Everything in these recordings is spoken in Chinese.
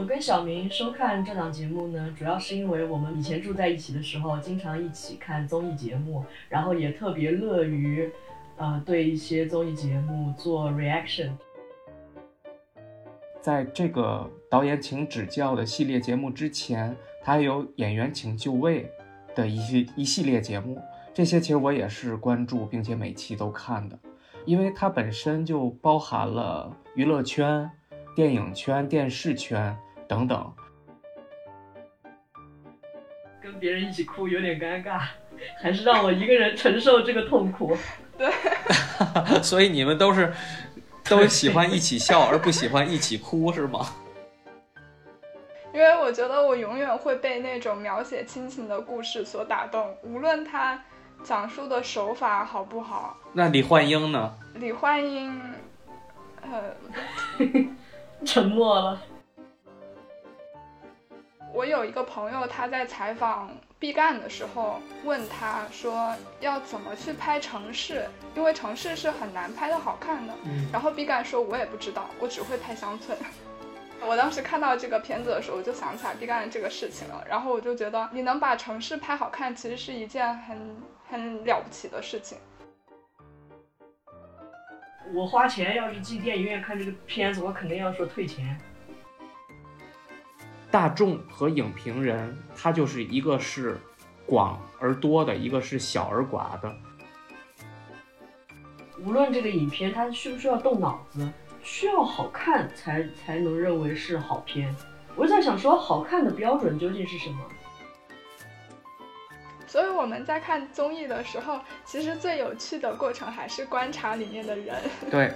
跟小明收看这档节目呢，主要是因为我们以前住在一起的时候，经常一起看综艺节目，然后也特别乐于，对一些综艺节目做 reaction。 在这个导演请指教的系列节目之前，他还有演员请就位的一系列节目，这些其实我也是关注并且每期都看的，因为它本身就包含了娱乐圈、电影圈、电视圈等等。 跟别人一起哭有点尴尬，还是让我一个人承受这个痛苦。 对， 所以你们都喜欢一起笑而不喜欢一起哭是吗？ 因为我觉得我永远会被那种描写亲情的故事所打动，无论他讲述的手法好不好。 那李焕英呢？ 李焕英沉默了。 我有一个朋友，他在采访毕赣的时候问他说要怎么去拍城市，因为城市是很难拍得好看的。然后毕赣说我也不知道，我只会拍乡村。我当时看到这个片子的时候，我就想起来毕赣这个事情了，然后我就觉得你能把城市拍好看，其实是一件很了不起的事情。 我花钱要是进电影院看这个片子，我肯定要说退钱。 大众和影评人，他就是一个是广而多的，一个是小而寡的。 无论这个影片它需不需要动脑子，需要好看才能认为是好片。我就在想说，好看的标准究竟是什么？ 所以我们在看综艺的时候，其实最有趣的过程还是观察里面的人。 对。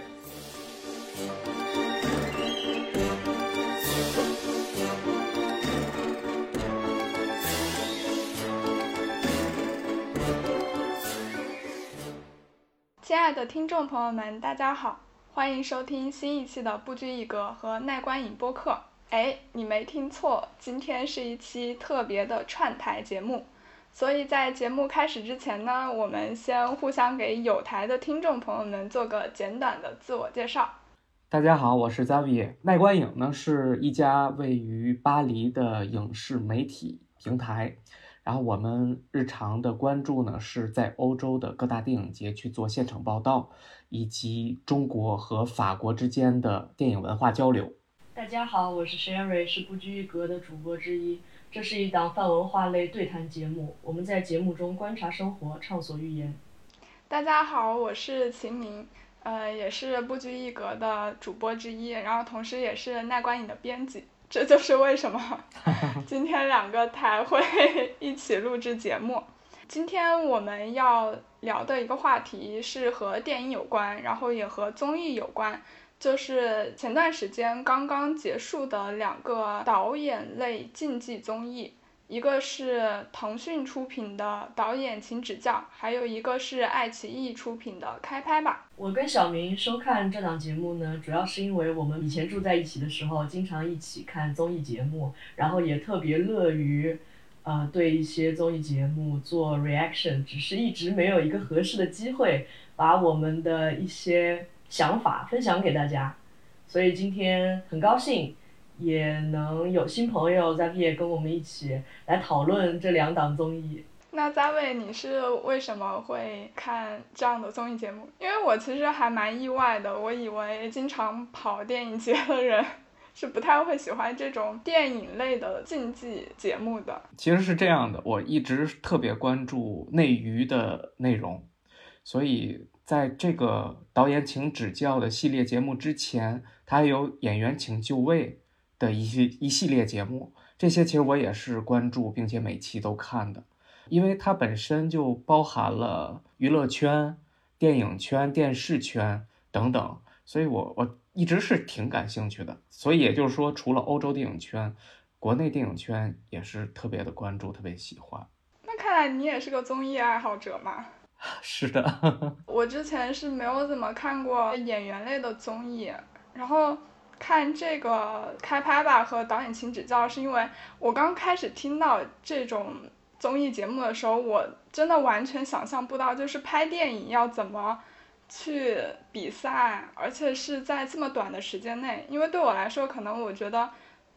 亲爱的听众朋友们，大家好，欢迎收听新一期的不拘一格和耐观影播客。你没听错，今天是一期特别的串台节目。所以在节目开始之前呢，我们先互相给有台的听众朋友们做个简短的自我介绍。 大家好，我是 Xavier。耐观影呢是一家位于巴黎的影视媒体平台，然后我们日常的关注呢是在欧洲的各大电影节去做现场报道，以及中国和法国之间的电影文化交流。 大家好，我是 Sherry， 是不拘一格的主播之一。这是一档泛文化类对谈节目，我们在节目中观察生活，畅所欲言。 大家好，我是秦明，也是不拘一格的主播之一，然后同时也是耐观影的编辑。这就是为什么今天两个台会一起录制节目。今天我们要聊的一个话题是和电影有关，然后也和综艺有关，就是前段时间刚刚结束的两个导演类竞技综艺，一个是腾讯出品的导演请指教，还有一个是爱奇艺出品的开拍吧。 我跟小明收看这档节目呢，主要是因为我们以前住在一起的时候，经常一起看综艺节目，然后也特别乐于对一些综艺节目做 reaction， 只是一直没有一个合适的机会把我们的一些想法分享给大家。所以今天很高兴也能有新朋友Xavier跟我们一起来讨论这两档综艺。 那Xavier，你是为什么会看这样的综艺节目？因为我其实还蛮意外的，我以为经常跑电影节的人是不太会喜欢这种电影类的竞技节目的。 其实是这样的，我一直特别关注内娱的内容，所以在这个导演请指教的系列节目之前，他还有演员请就位的一系列节目，这些其实我也是关注并且每期都看的，因为它本身就包含了娱乐圈、电影圈、电视圈等等，所以我一直是挺感兴趣的。所以也就是说，除了欧洲电影圈，国内电影圈也是特别的关注，特别喜欢。 那看来你也是个综艺爱好者嘛？ 是的。 我之前是没有怎么看过演员类的综艺，然后看这个开拍吧和导演请指教，是因为我刚开始听到这种综艺节目的时候，我真的完全想象不到，就是拍电影要怎么去比赛，而且是在这么短的时间内。因为对我来说，可能我觉得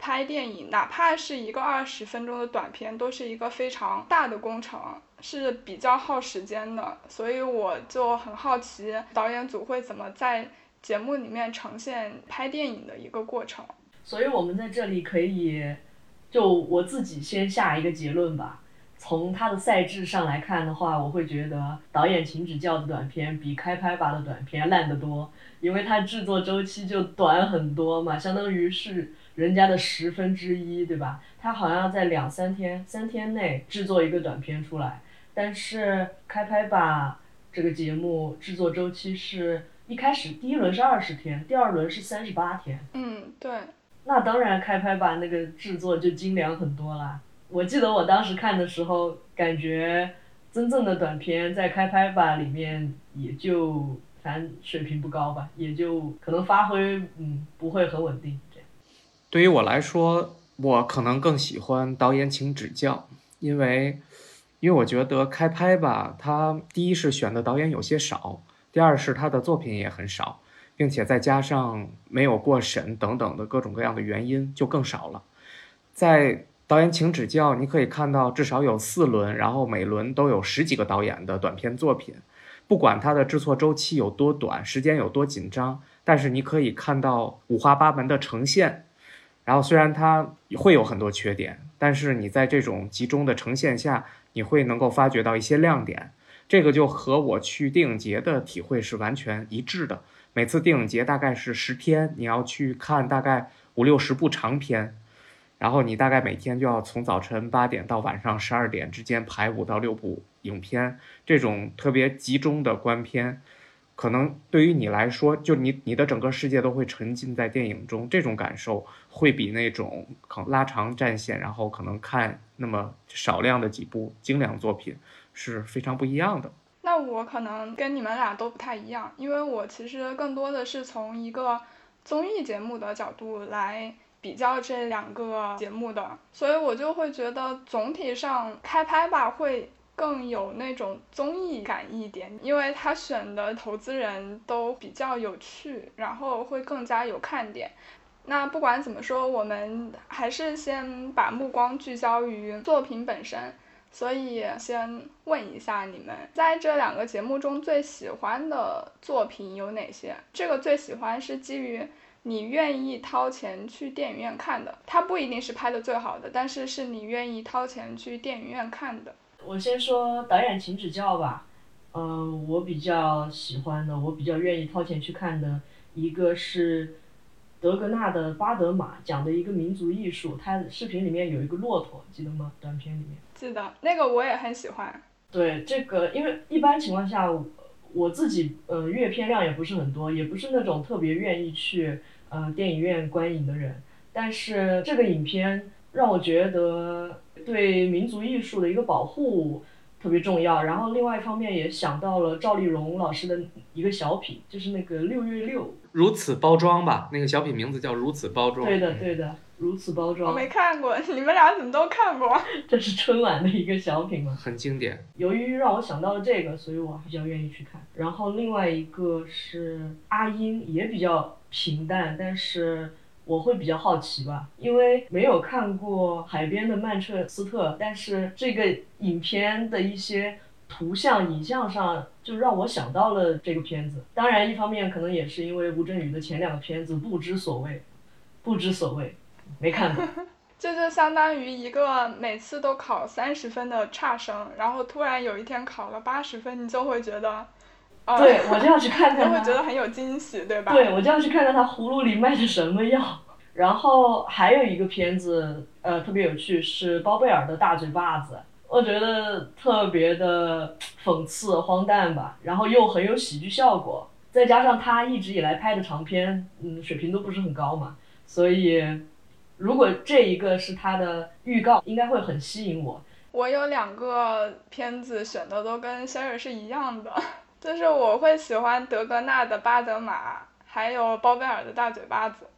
拍电影，哪怕是一个20分钟的短片，都是一个非常大的工程，是比较耗时间的。所以我就很好奇导演组会怎么在节目里面呈现拍电影的一个过程。 所以我们在这里可以，就我自己先下一个结论吧。从它的赛制上来看的话，我会觉得导演请指教的短片比开拍吧的短片烂得多，因为它制作周期就短很多嘛，相当于是人家的1/10，对吧？它好像在3天内制作一个短片出来，但是开拍吧这个节目制作周期是一开始第一轮是20天，第二轮是38天。 对。 那当然开拍吧那个制作就精良很多啦。我记得我当时看的时候，感觉真正的短片在开拍吧里面也就反正水平不高吧，也就可能发挥不会很稳定这样。 对于我来说，我可能更喜欢导演请指教，因为我觉得开拍吧，它第一是选的导演有些少，第二是他的作品也很少，并且再加上没有过审等等的各种各样的原因，就更少了。在导演请指教，你可以看到至少有4轮，然后每轮都有10几个导演的短片作品，不管它的制作周期有多短，时间有多紧张，但是你可以看到五花八门的呈现。然后虽然它会有很多缺点，但是你在这种集中的呈现下，你会能够发掘到一些亮点。这个就和我去电影节的体会是完全一致的。每次电影节大概是10天，你要去看大概50-60部长片，然后你大概每天就要从早晨8点到晚上12点之间排5到6部影片，这种特别集中的观片，可能对于你来说，就你的整个世界都会沉浸在电影中，这种感受会比那种拉长战线，然后可能看那么少量的几部精良作品是非常不一样的。 那我可能跟你们俩都不太一样，因为我其实更多的是从一个综艺节目的角度来比较这2个节目的，所以我就会觉得总体上开拍吧会更有那种综艺感一点，因为他选的投资人都比较有趣，然后会更加有看点。那不管怎么说，我们还是先把目光聚焦于作品本身，所以先问一下你们在这2个节目中最喜欢的作品有哪些？这个最喜欢是基于你愿意掏钱去电影院看的，它不一定是拍的最好的，但是是你愿意掏钱去电影院看的。 我先说导演请指教吧。我比较喜欢的，我比较愿意掏钱去看的一个是德格纳的巴德玛，讲的一个民族艺术。它视频里面有一个骆驼，记得吗？短片里面记得，那个我也很喜欢。 对，这个因为一般情况下我自己阅片量也不是很多，也不是那种特别愿意去电影院观影的人，但是这个影片让我觉得对民族艺术的一个保护特别重要。然后另外一方面也想到了赵丽蓉老师的一个小品，就是那个6月6 如此包装吧，那个小品名字叫如此包装。 对的对的，如此包装。 我没看过，你们俩怎么都看过？ 这是春晚的一个小品嘛， 很经典。 由于让我想到了这个，所以我比较愿意去看。然后另外一个是阿英，也比较平淡，但是我会比较好奇吧，因为没有看过海边的曼彻斯特，但是这个影片的一些图像影像上就让我想到了这个片子。当然一方面可能也是因为吴镇宇的前2个片子不知所谓没看过这就相当于一个每次都考30分的差生，然后突然有一天考了80分，你就会觉得对，我就要去看看他， 就会觉得很有惊喜，对吧？ 对，我就要去看看他葫芦里卖的什么药。然后还有一个片子特别有趣，是包贝尔的大嘴巴子，我觉得特别的讽刺荒诞吧，然后又很有喜剧效果，再加上他一直以来拍的长片水平都不是很高嘛，所以如果这一个是他的预告，应该会很吸引我。 我有2个片子选的都跟Sherry是一样的，就是我会喜欢德格纳的巴德玛，还有包贝尔的大嘴巴子。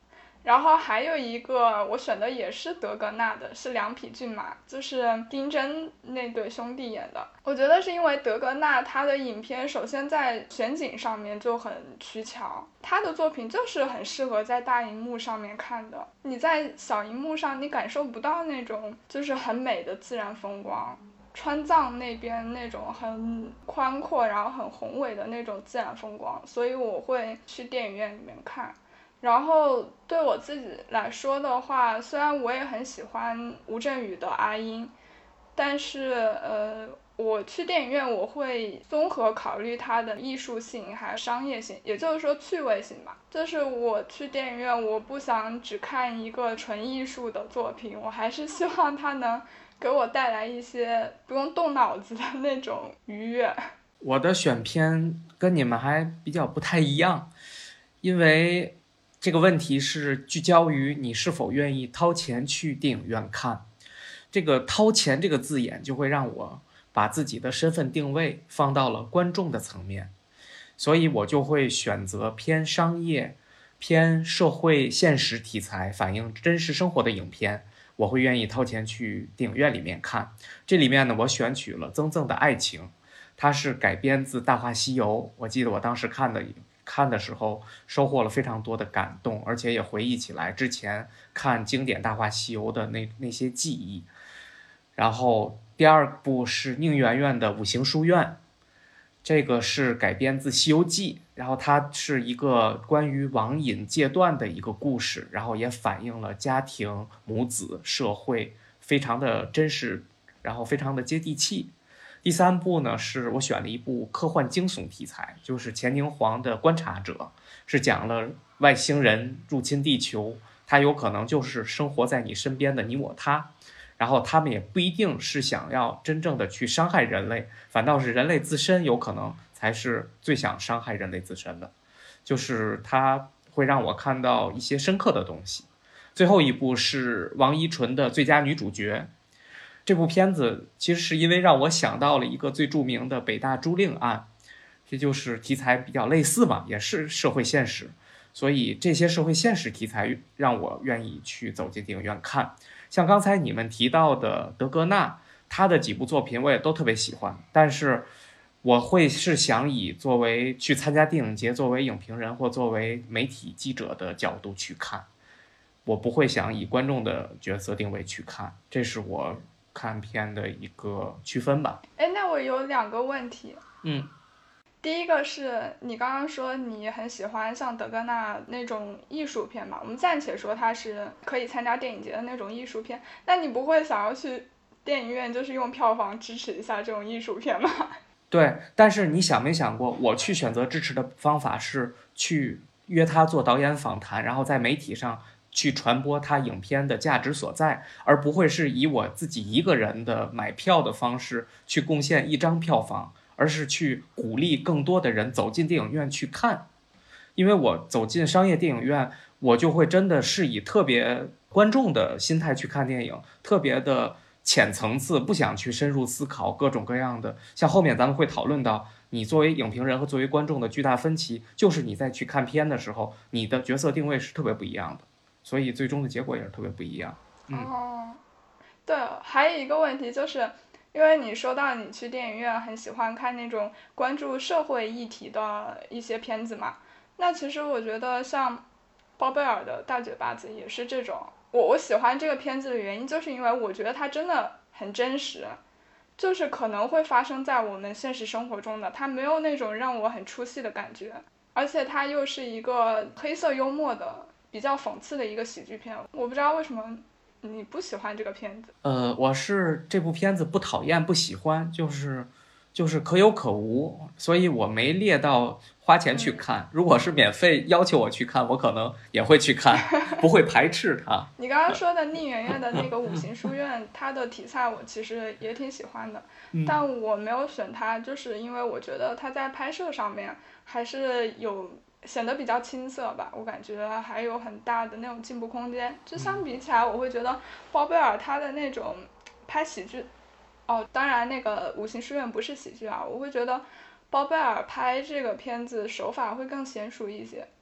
然后还有一个我选的也是德格纳的，是两匹骏马，就是丁真那对兄弟演的。我觉得是因为德格纳他的影片首先在选景上面就很取巧，他的作品就是很适合在大荧幕上面看的，你在小荧幕上你感受不到那种就是很美的自然风光，川藏那边那种很宽阔然后很宏伟的那种自然风光，所以我会去电影院里面看。然后对我自己来说的话，虽然我也很喜欢吴镇宇的阿英，但是我去电影院我会综合考虑它的艺术性还有商业性，也就是说趣味性吧。就是我去电影院我不想只看一个纯艺术的作品，我还是希望它能给我带来一些不用动脑子的那种愉悦。 我的选片跟你们还比较不太一样，因为这个问题是聚焦于你是否愿意掏钱去电影院看。这个掏钱这个字眼就会让我把自己的身份定位放到了观众的层面，所以我就会选择偏商业、偏社会现实题材、反映真实生活的影片，我会愿意掏钱去电影院里面看。这里面呢，我选取了《曾赠的爱情》，它是改编自《大话西游》，我记得我当时看的时候收获了非常多的感动，而且也回忆起来之前看经典《大话西游》的那些记忆。然后第二部是宁媛媛的《五行书院》，这个是改编自《西游记》，然后它是一个关于网瘾戒断的一个故事，然后也反映了家庭、母子、社会，非常的真实，然后非常的接地气。第三部呢，是我选了一部科幻惊悚题材，就是钱宁黄的《观察者》，是讲了外星人入侵地球，他有可能就是生活在你身边的你我他，然后他们也不一定是想要真正的去伤害人类，反倒是人类自身有可能才是最想伤害人类自身的，就是它会让我看到一些深刻的东西。最后一部是王一纯的《最佳女主角》，这部片子其实是因为让我想到了一个最著名的北大租赁案，这就是题材比较类似嘛，也是社会现实，所以这些社会现实题材让我愿意去走进电影院看。像刚才你们提到的德格纳，他的几部作品我也都特别喜欢，但是我会是想以作为去参加电影节作为影评人或作为媒体记者的角度去看，我不会想以观众的角色定位去看，这是我看片的一个区分吧。 那我有2个问题。第一个是你刚刚说你很喜欢像德格纳那种艺术片嘛，我们暂且说它是可以参加电影节的那种艺术片，那你不会想要去电影院就是用票房支持一下这种艺术片吗？ 对，但是你想没想过，我去选择支持的方法是去约他做导演访谈，然后在媒体上去传播他影片的价值所在，而不会是以我自己一个人的买票的方式去贡献一张票房，而是去鼓励更多的人走进电影院去看。因为我走进商业电影院，我就会真的是以特别观众的心态去看电影，特别的浅层次，不想去深入思考各种各样的。像后面咱们会讨论到，你作为影评人和作为观众的巨大分歧，就是你在去看片的时候，你的角色定位是特别不一样的，所以最终的结果也是特别不一样。 对，还有一个问题就是，因为你说到你去电影院很喜欢看那种关注社会议题的一些片子嘛，那其实我觉得像包贝尔的大嘴巴子也是这种。我喜欢这个片子的原因就是因为我觉得它真的很真实，就是可能会发生在我们现实生活中的，它没有那种让我很出戏的感觉，而且它又是一个黑色幽默的比较讽刺的一个喜剧片。我不知道为什么你不喜欢这个片子。 我是这部片子不讨厌不喜欢，就是可有可无，所以我没列到花钱去看。如果是免费要求我去看，我可能也会去看，不会排斥它。 你刚刚说的宁媛媛的那个《五行书院》，它的题材我其实也挺喜欢的，但我没有选它，就是因为我觉得它在拍摄上面还是有显得比较青涩吧，我感觉还有很大的那种进步空间。就相比起来，我会觉得包贝尔他的那种拍喜剧，当然那个《五行书院》不是喜剧啊，我会觉得包贝尔拍这个片子手法会更娴熟一些。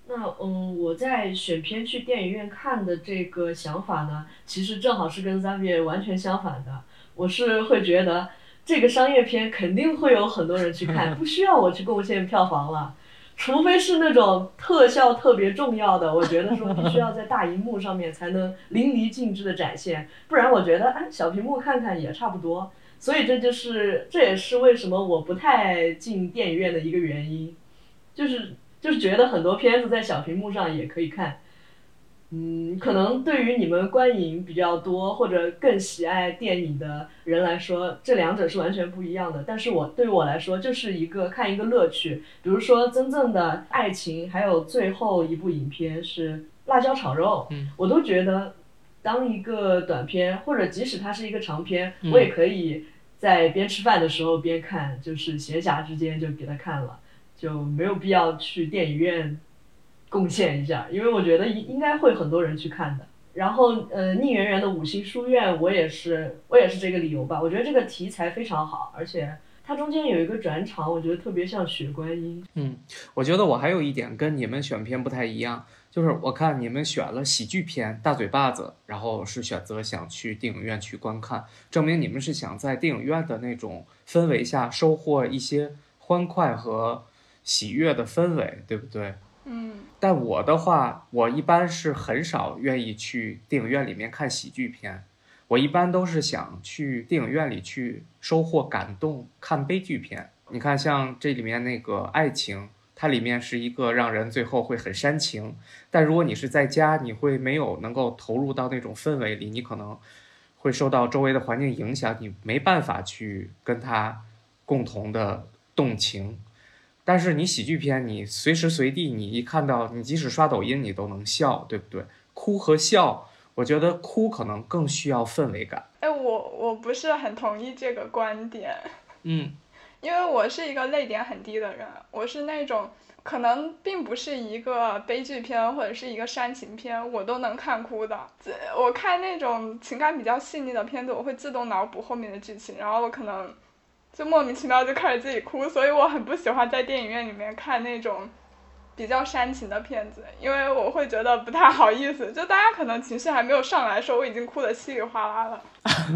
那我在选片去电影院看的这个想法呢，其实正好是跟 Xavier 完全相反的。我是会觉得这个商业片肯定会有很多人去看，不需要我去贡献票房了。除非是那种特效特别重要的，我觉得说必须要在大荧幕上面才能淋漓尽致的展现，不然我觉得小屏幕看看也差不多。所以这也是为什么我不太进电影院的一个原因，就是觉得很多片子在小屏幕上也可以看。可能对于你们观影比较多或者更喜爱电影的人来说，这两者是完全不一样的。但是对于我来说，就是看一个乐趣。比如说真正的爱情，还有最后一部影片是《辣椒炒肉》，我都觉得当一个短片，或者即使它是一个长片，我也可以在边吃饭的时候边看，就是闲暇之间就给它看了，就没有必要去电影院贡献一下，因为我觉得应该会很多人去看的。然后宁媛媛的五星书院，我也是这个理由吧。我觉得这个题材非常好，而且它中间有一个转场，我觉得特别像雪观音。 我觉得我还有一点跟你们选片不太一样，就是我看你们选了喜剧片《大嘴巴子》，然后是选择想去电影院去观看，证明你们是想在电影院的那种氛围下收获一些欢快和喜悦的氛围，对不对？但我的话，我一般是很少愿意去电影院里面看喜剧片，我一般都是想去电影院里去收获感动，看悲剧片。你看，像这里面那个爱情，它里面是一个让人最后会很煽情，但如果你是在家，你会没有能够投入到那种氛围里，你可能会受到周围的环境影响，你没办法去跟他共同的动情。但是你喜剧片，你随时随地，你一看到，你即使刷抖音，你都能笑，对不对？哭和笑，我觉得哭可能更需要氛围感。 我不是很同意这个观点。因为我是一个泪点很低的人，我是那种可能并不是一个悲剧片或者是一个煽情片，我都能看哭的。我看那种情感比较细腻的片子，我会自动脑补后面的剧情，然后我可能就莫名其妙就开始自己哭，所以我很不喜欢在电影院里面看那种比较煽情的片子，因为我会觉得不太好意思，就大家可能情绪还没有上来的时候，我已经哭得稀里哗啦了。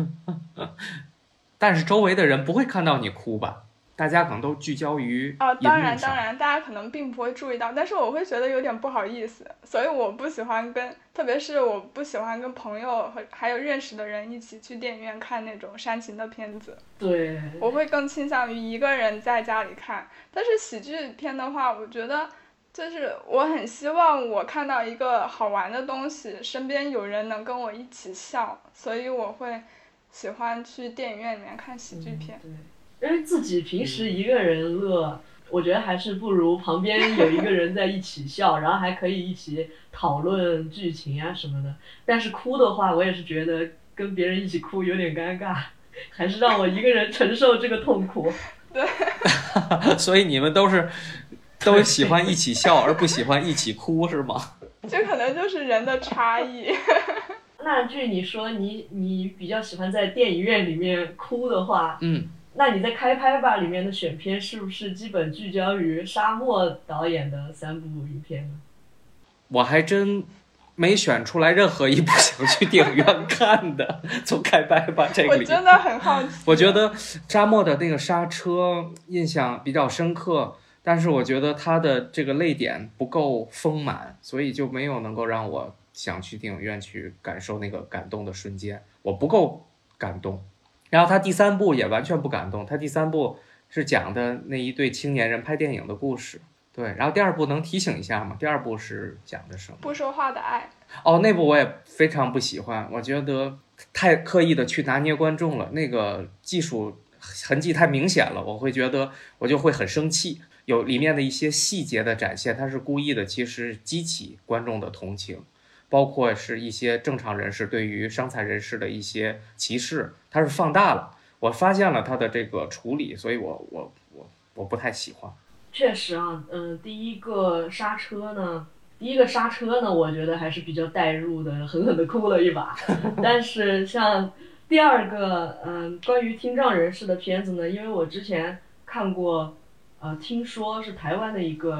但是周围的人不会看到你哭吧？大家可能都聚焦于荧幕上。 当然，大家可能并不会注意到，但是我会觉得有点不好意思，所以我不喜欢特别是我不喜欢跟朋友和还有认识的人一起去电影院看那种煽情的片子。 对， 我会更倾向于一个人在家里看。但是喜剧片的话，我觉得就是我很希望我看到一个好玩的东西，身边有人能跟我一起笑，所以我会喜欢去电影院里面看喜剧片。 对，因为自己平时一个人乐，我觉得还是不如旁边有一个人在一起笑，然后还可以一起讨论剧情啊什么的。但是哭的话，我也是觉得跟别人一起哭有点尴尬，还是让我一个人承受这个痛苦。 对。 所以你们都喜欢一起笑，而不喜欢一起哭，是吗？ 这可能就是人的差异。 那据你说你比较喜欢在电影院里面哭的话，那你在开拍吧里面的选片是不是基本聚焦于沙漠导演的3部影片呢？ 我还真没选出来任何一部想去电影院看的。从开拍吧这个里， 我真的很好奇。 我觉得沙漠的那个刹车印象比较深刻，但是我觉得它的这个泪点不够丰满，所以就没有能够让我想去电影院去感受那个感动的瞬间，我不够感动。然后他第3部也完全不感动，他第3部是讲的那一对青年人拍电影的故事。对，然后第2部能提醒一下吗？第2部是讲的什么？ 不说话的爱。 那部我也非常不喜欢，我觉得太刻意的去拿捏观众了，那个技术痕迹太明显了，我就会很生气。有里面的一些细节的展现，它是故意的，其实激起观众的同情，包括是一些正常人士对于伤残人士的一些歧视，它是放大了。我发现了它的这个处理，所以我不太喜欢。 确实啊，第一个刹车呢，我觉得还是比较带入的，狠狠的哭了一把。但是像第2个，关于听障人士的片子呢，因为我之前看过，听说是台湾的一个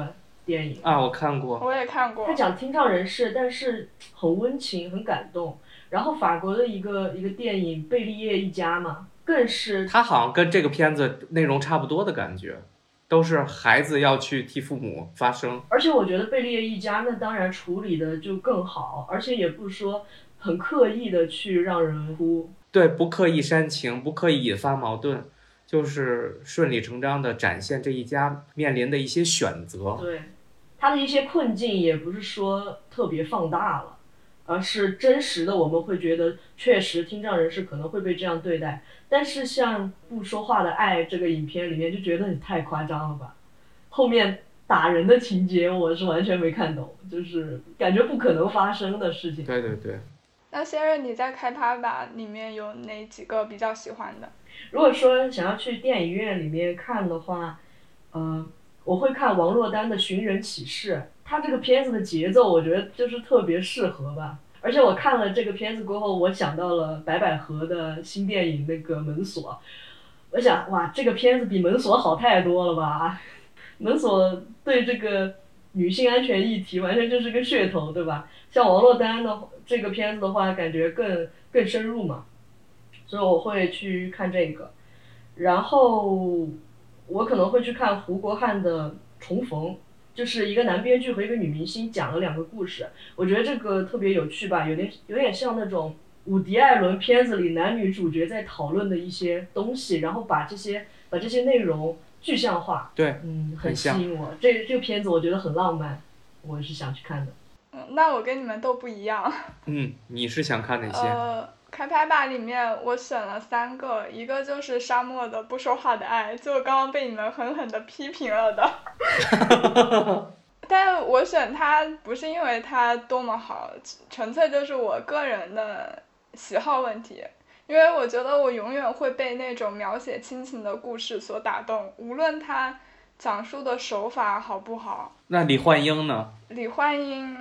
电影啊，我看过， 我也看过。 他讲听障人士，但是很温情，很感动。然后法国的一个电影《贝利叶一家》嘛，更是他好像跟这个片子内容差不多的感觉，都是孩子要去替父母发声。 而且我觉得《贝利叶一家》那当然处理的就更好，而且也不是说很刻意的去让人哭。 对，不刻意煽情，不刻意引发矛盾，就是顺理成章的展现这一家面临的一些选择。 对，他的一些困境也不是说特别放大了，而是真实的，我们会觉得确实听障人士可能会被这样对待。但是像不说话的爱这个影片里面就觉得你太夸张了吧，后面打人的情节我是完全没看懂，就是感觉不可能发生的事情。 对对对。 那先生你在开拍吧里面有哪几个比较喜欢的？ 如果说想要去电影院里面看的话，我会看王珞丹的《寻人启事》，他这个片子的节奏我觉得就是特别适合吧。而且我看了这个片子过后，我想到了白百合的新电影那个《门锁》，我想哇，这个片子比《门锁》好太多了吧？门锁对这个女性安全议题完全就是个噱头，对吧？像王珞丹的这个片子的话，感觉更深入嘛，所以我会去看这个。然后我可能会去看胡国汉的《重逢》，就是一个男编剧和一个女明星讲了2个故事，我觉得这个特别有趣吧，有点像那种伍迪·艾伦片子里男女主角在讨论的一些东西，然后把这些内容具象化。 对， 很吸引我。这个片子我觉得很浪漫，我是想去看的。 那我跟你们都不一样。 你是想看哪些？ 开拍吧里面我选了3个，一个就是沙漠的不说话的爱，就刚刚被你们狠狠的批评了的。但我选它不是因为它多么好，纯粹就是我个人的喜好问题。因为我觉得我永远会被那种描写亲情的故事所打动，无论它讲述的手法好不好。 那李焕英呢？ 李焕英，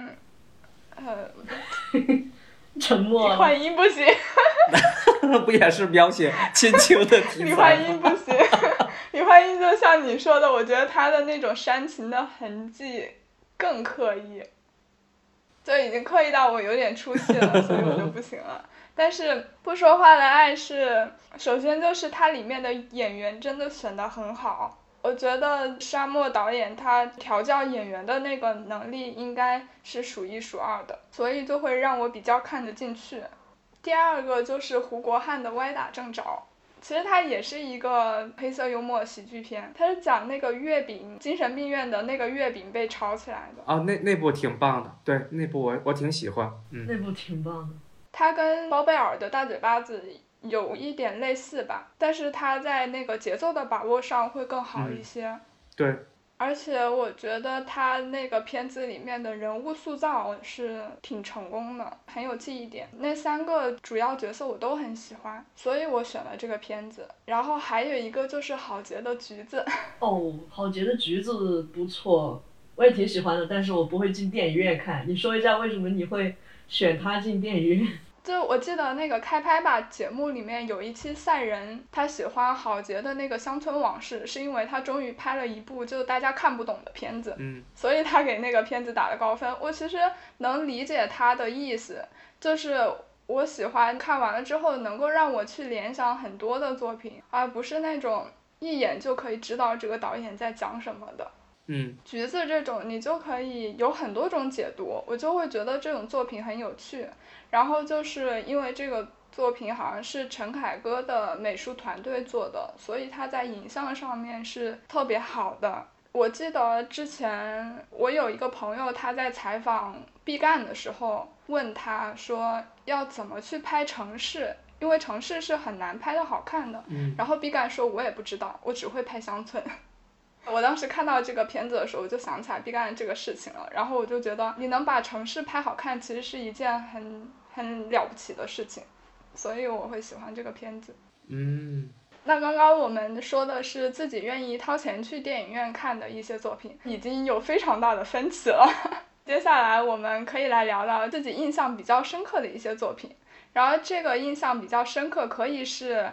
沉默了。 李焕英不行。 不也是描写亲情的题材吗？ 李焕英不行。李焕英就像你说的，我觉得她的那种煽情的痕迹更刻意，就已经刻意到我有点出戏了，所以我就不行了。但是不说话的爱是，首先就是它里面的演员真的选得很好，我觉得沙漠导演他调教演员的那个能力应该是数一数二的，所以就会让我比较看得进去。第二个就是胡国汉的《歪打正着》，其实它也是一个黑色幽默喜剧片，它是讲那个月饼精神病院的那个月饼被炒起来的。 那部挺棒的，对，那部我挺喜欢。 那部挺棒的。 它跟包贝尔的大嘴巴子有一点类似吧，但是它在那个节奏的把握上会更好一些。 对。 而且我觉得他那个片子里面的人物塑造是挺成功的，很有记忆点。那3个主要角色我都很喜欢，所以我选了这个片子。然后还有一个就是郝杰的橘子。 郝杰的橘子不错，我也挺喜欢的，但是我不会进电影院看。你说一下为什么你会选他进电影院？ 就我记得那个开拍吧节目里面有一期赛人，他喜欢郝杰的那个乡村往事，是因为他终于拍了一部就大家看不懂的片子，所以他给那个片子打了高分。我其实能理解他的意思，就是我喜欢看完了之后能够让我去联想很多的作品，而不是那种一眼就可以知道这个导演在讲什么的。橘子这种你就可以有很多种解读，我就会觉得这种作品很有趣。然后就是因为这个作品好像是陈凯歌的美术团队做的，所以它在影像上面是特别好的。我记得之前我有一个朋友，他在采访毕赣的时候问他说要怎么去拍城市，因为城市是很难拍得好看的。然后毕赣说我也不知道，我只会拍乡村。我当时看到这个片子的时候，我就想起来毕赣这个事情了，然后我就觉得你能把城市拍好看其实是一件很了不起的事情，所以我会喜欢这个片子。那刚刚我们说的是自己愿意掏钱去电影院看的一些作品，已经有非常大的分歧了。接下来我们可以来聊聊自己印象比较深刻的一些作品，然后这个印象比较深刻可以是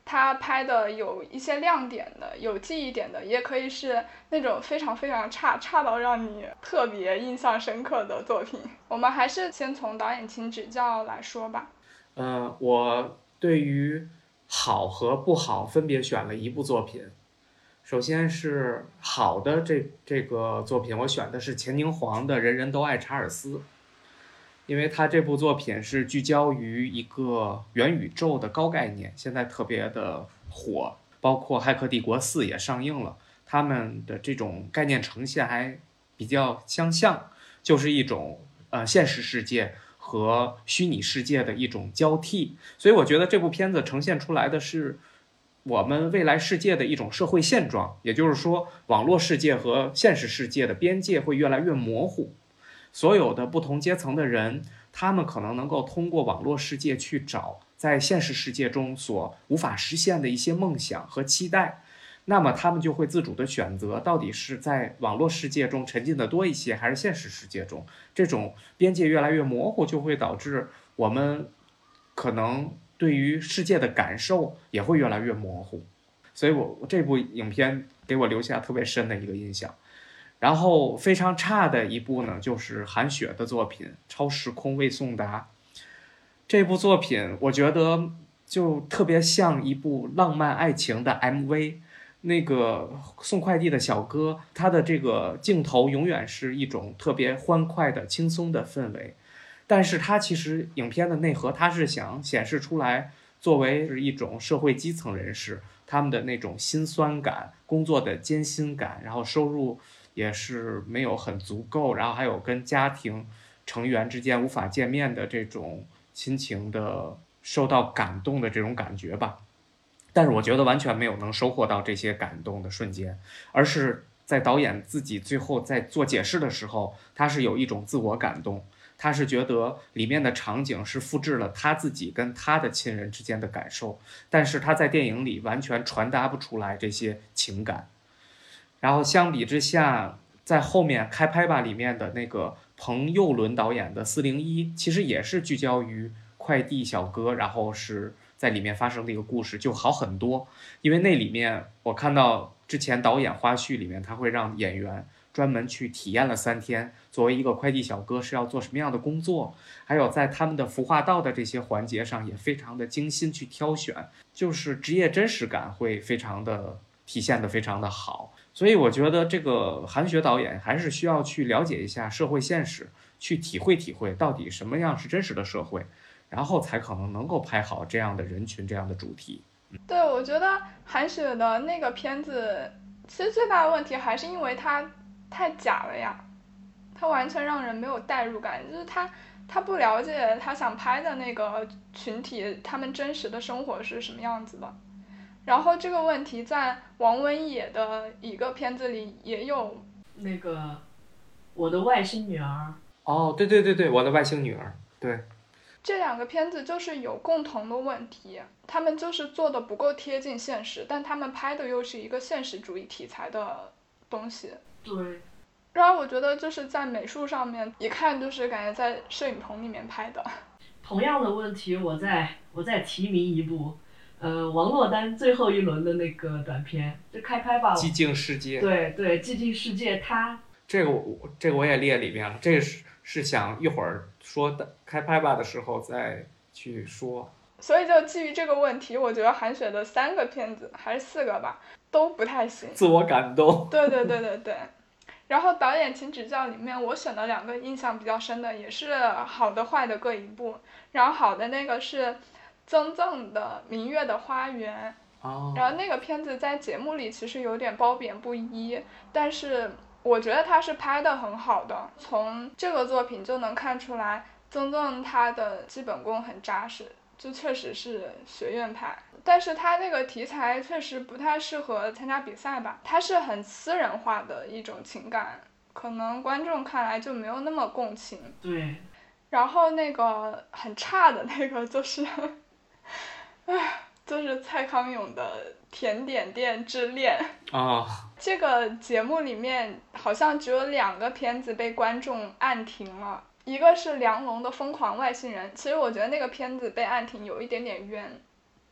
他拍的有一些亮点的，有记忆点的，也可以是那种非常非常差到让你特别印象深刻的作品。我们还是先从导演请指教来说吧。 我对于好和不好分别选了一部作品。首先是好的这个作品，我选的是钱宁黄的《人人都爱查尔斯》，因为他这部作品是聚焦于一个元宇宙的高概念，现在特别的火，包括《骇客帝国4》也上映了，他们的这种概念呈现还比较相像，就是一种现实世界和虚拟世界的一种交替，所以我觉得这部片子呈现出来的是我们未来世界的一种社会现状，也就是说，网络世界和现实世界的边界会越来越模糊。所有的不同阶层的人，他们可能能够通过网络世界去找在现实世界中所无法实现的一些梦想和期待。那么他们就会自主的选择，到底是在网络世界中沉浸的多一些，还是现实世界中。这种边界越来越模糊，就会导致我们可能对于世界的感受也会越来越模糊，所以我这部影片给我留下特别深的一个印象。然后非常差的一部呢，就是韩雪的作品《超时空未送达》。这部作品我觉得就特别像一部浪漫爱情的 MV， 那个送快递的小哥，他的这个镜头永远是一种特别欢快的轻松的氛围，但是它其实影片的内核，它是想显示出来作为是一种社会基层人士他们的那种辛酸感、工作的艰辛感，然后收入也是没有很足够，然后还有跟家庭成员之间无法见面的这种亲情的受到感动的这种感觉吧。但是我觉得完全没有能收获到这些感动的瞬间，而是在导演自己最后在做解释的时候，他是有一种自我感动，他是觉得里面的场景是复制了他自己跟他的亲人之间的感受，但是他在电影里完全传达不出来这些情感。然后相比之下，在后面开拍吧里面的那个彭佑伦导演的401，其实也是聚焦于快递小哥，然后是在里面发生的一个故事，就好很多。因为那里面我看到之前导演花絮里面，他会让演员专门去体验了3天，作为一个快递小哥是要做什么样的工作，还有在他们的服化道的这些环节上也非常的精心去挑选，就是职业真实感会非常的体现的非常的好。所以我觉得这个韩雪导演还是需要去了解一下社会现实，去体会体会到底什么样是真实的社会，然后才可能够拍好这样的人群这样的主题。 对，我觉得韩雪的那个片子其实最大的问题还是因为它太假了呀，它完全让人没有代入感，就是他不了解他想拍的那个群体他们真实的生活是什么样子的。然后这个问题在王文野的一个片子里也有， 那个我的外星女儿。 哦，对对对对，我的外星女儿，对。 这两个片子就是有共同的问题，他们就是做的不够贴近现实，但他们拍的又是一个现实主义题材的东西。 对。 然后我觉得就是在美术上面一看就是感觉在摄影棚里面拍的。 同样的问题我再提名一部王珞丹最后一轮的那个短片，就开拍吧。 寂静世界。 对对，寂静世界，它这个我也列里面了，这个是想一会儿说的开拍吧的时候再去说。 所以就基于这个问题，我觉得韩雪的3个片子还是4个吧，都不太行。 自我感动。 对对对对对。然后导演请指教里面，我选了2个印象比较深的，也是好的坏的各一部。然后好的那个是曾曾的《明月的花园》，然后那个片子在节目里其实有点褒贬不一，但是我觉得他是拍得很好的，从这个作品就能看出来曾曾他的基本功很扎实，就确实是学院派。但是他那个题材确实不太适合参加比赛吧，它是很私人化的一种情感，可能观众看来就没有那么共情。 对。 然后那个很差的那个就是就是蔡康永的甜点店之恋这个节目里面好像只有2个片子被观众按停了，一个是梁龙的疯狂外星人，其实我觉得那个片子被按停有一点点冤，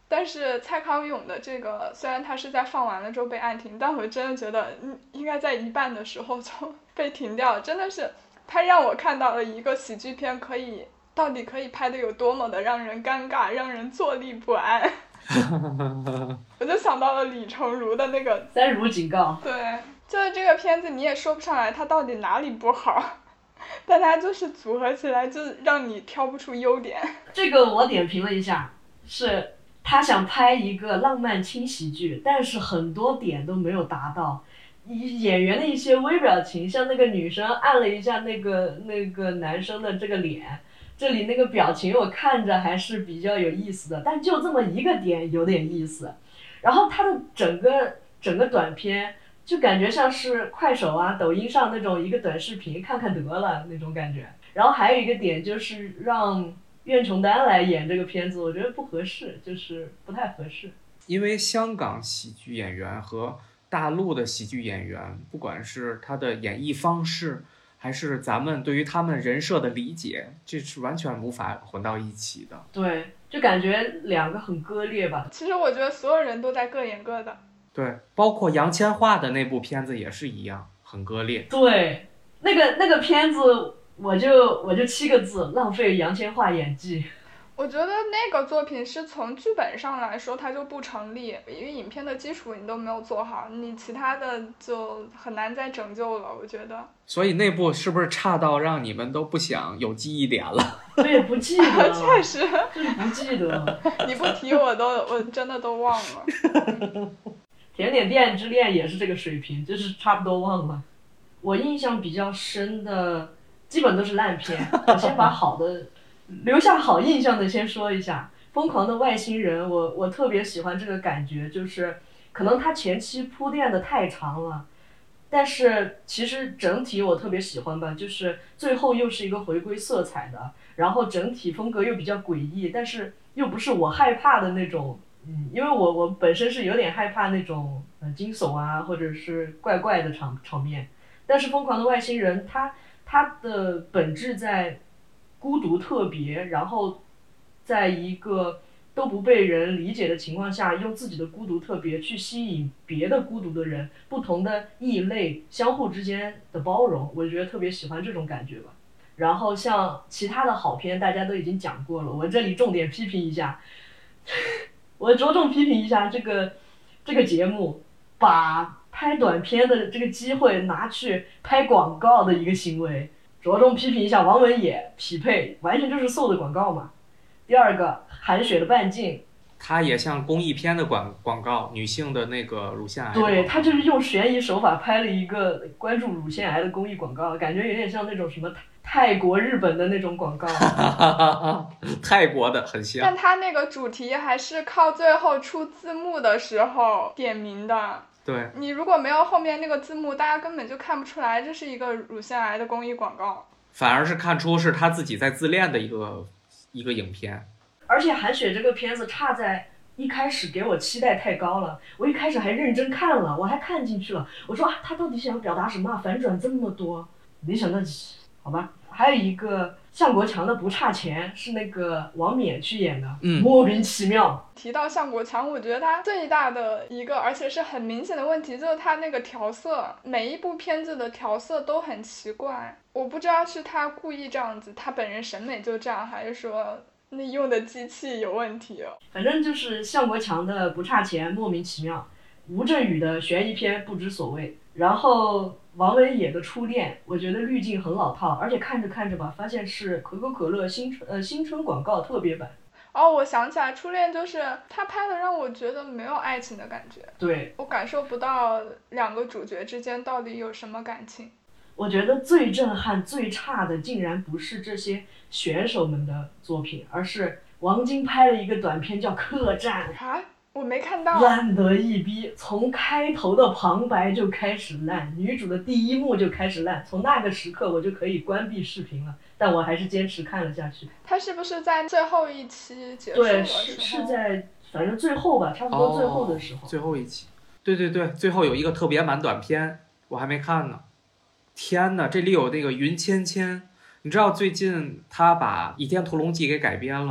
但是蔡康永的这个，虽然他是在放完了之后被按停，但我真的觉得应该在一半的时候就被停掉，真的是他让我看到了一个喜剧片到底可以拍的有多么的让人尴尬，让人坐立不安。我就想到了李成儒的那个三如警告。 对，就是这个片子你也说不上来它到底哪里不好，但它就是组合起来就让你挑不出优点。 这个我点评了一下，是他想拍一个浪漫轻喜剧，但是很多点都没有达到。演员的一些微表情，像那个女生按了一下那个男生的这个脸，这里那个表情我看着还是比较有意思的，但就这么一个点有点意思。然后他的整个短片就感觉像是快手啊、抖音上那种一个短视频看看得了那种感觉。然后还有一个点就是让苑琼丹来演这个片子，我觉得不合适，就是不太合适。 因为香港喜剧演员和大陆的喜剧演员，不管是他的演绎方式，还是咱们对于他们人设的理解，这是完全无法混到一起的。 对，就感觉两个很割裂吧。 其实我觉得所有人都在各演各的。 对，包括杨千嬅的那部片子也是一样，很割裂。 对，那个片子我就7个字：浪费杨千嬅演技。 我觉得那个作品是从剧本上来说它就不成立，因为影片的基础你都没有做好，你其他的就很难再拯救了，我觉得。 所以那部是不是差到让你们都不想有记忆点了？ 我也不记得了。 确实， 就是不记得了。 你不提我真的都忘了。 甜点店之恋也是这个水平，就是差不多忘了。我印象比较深的基本都是烂片，我先把好的留下好印象的先说一下。疯狂的外星人，我特别喜欢这个感觉，就是可能它前期铺垫的太长了，但是其实整体我特别喜欢吧，就是最后又是一个回归色彩的，然后整体风格又比较诡异，但是又不是我害怕的那种。因为我本身是有点害怕那种惊悚啊，或者是怪怪的场面，但是疯狂的外星人它的本质在孤独特别，然后在一个都不被人理解的情况下，用自己的孤独特别去吸引别的孤独的人，不同的异类相互之间的包容，我觉得特别喜欢这种感觉吧。然后像其他的好片大家都已经讲过了，我这里重点批评一下。我着重批评一下这个节目，把拍短片的这个机会拿去拍广告的一个行为。着重批评一下王文野匹配，完全就是搜的广告嘛。第二个，韩雪的半径， 它也像公益片的广告，女性的那个乳腺癌。 对，他就是用悬疑手法拍了一个关注乳腺癌的公益广告，感觉有点像那种什么泰国、日本的那种广告。 泰国的很像， 但他那个主题还是靠最后出字幕的时候点名的。 对， 你如果没有后面那个字幕，大家根本就看不出来这是一个乳腺癌的公益广告， 反而是看出是他自己在自恋的一个影片。 而且韩雪这个片子差在一开始给我期待太高了，我一开始还认真看了，我还看进去了，我说他到底想要表达什么？反转这么多，没想到，好吧。还有一个向国强的不差钱，是那个王冕去演的，莫名其妙。 提到向国强，我觉得他最大的一个而且是很明显的问题就是他那个调色，每一部片子的调色都很奇怪，我不知道是他故意这样子，他本人审美就这样，还是说那用的机器有问题。 反正就是向国强的不差钱莫名其妙，吴镇宇的悬疑片不知所谓，然后王文野的初恋，我觉得滤镜很老套，而且看着看着吧，发现是可口可乐新春广告特别版。 哦，我想起来，初恋就是他拍的，让我觉得没有爱情的感觉。 对， 我感受不到两个主角之间到底有什么感情。 我觉得最震撼、最差的，竟然不是这些选手们的作品，而是王晶拍了一个短片叫《客栈》 啊。我没看到， 烂得一逼，从开头的旁白就开始烂，女主的第一幕就开始烂，从那个时刻我就可以关闭视频了，但我还是坚持看了下去。 他是不是在最后一期结束的时候？ 对，是在反正最后吧，差不多最后的时候。 最后一期，对，最后有一个特别版短片，我还没看呢。天哪，这里有那个云芊芊，你知道最近他把《倚天屠龙记》给改编了吗？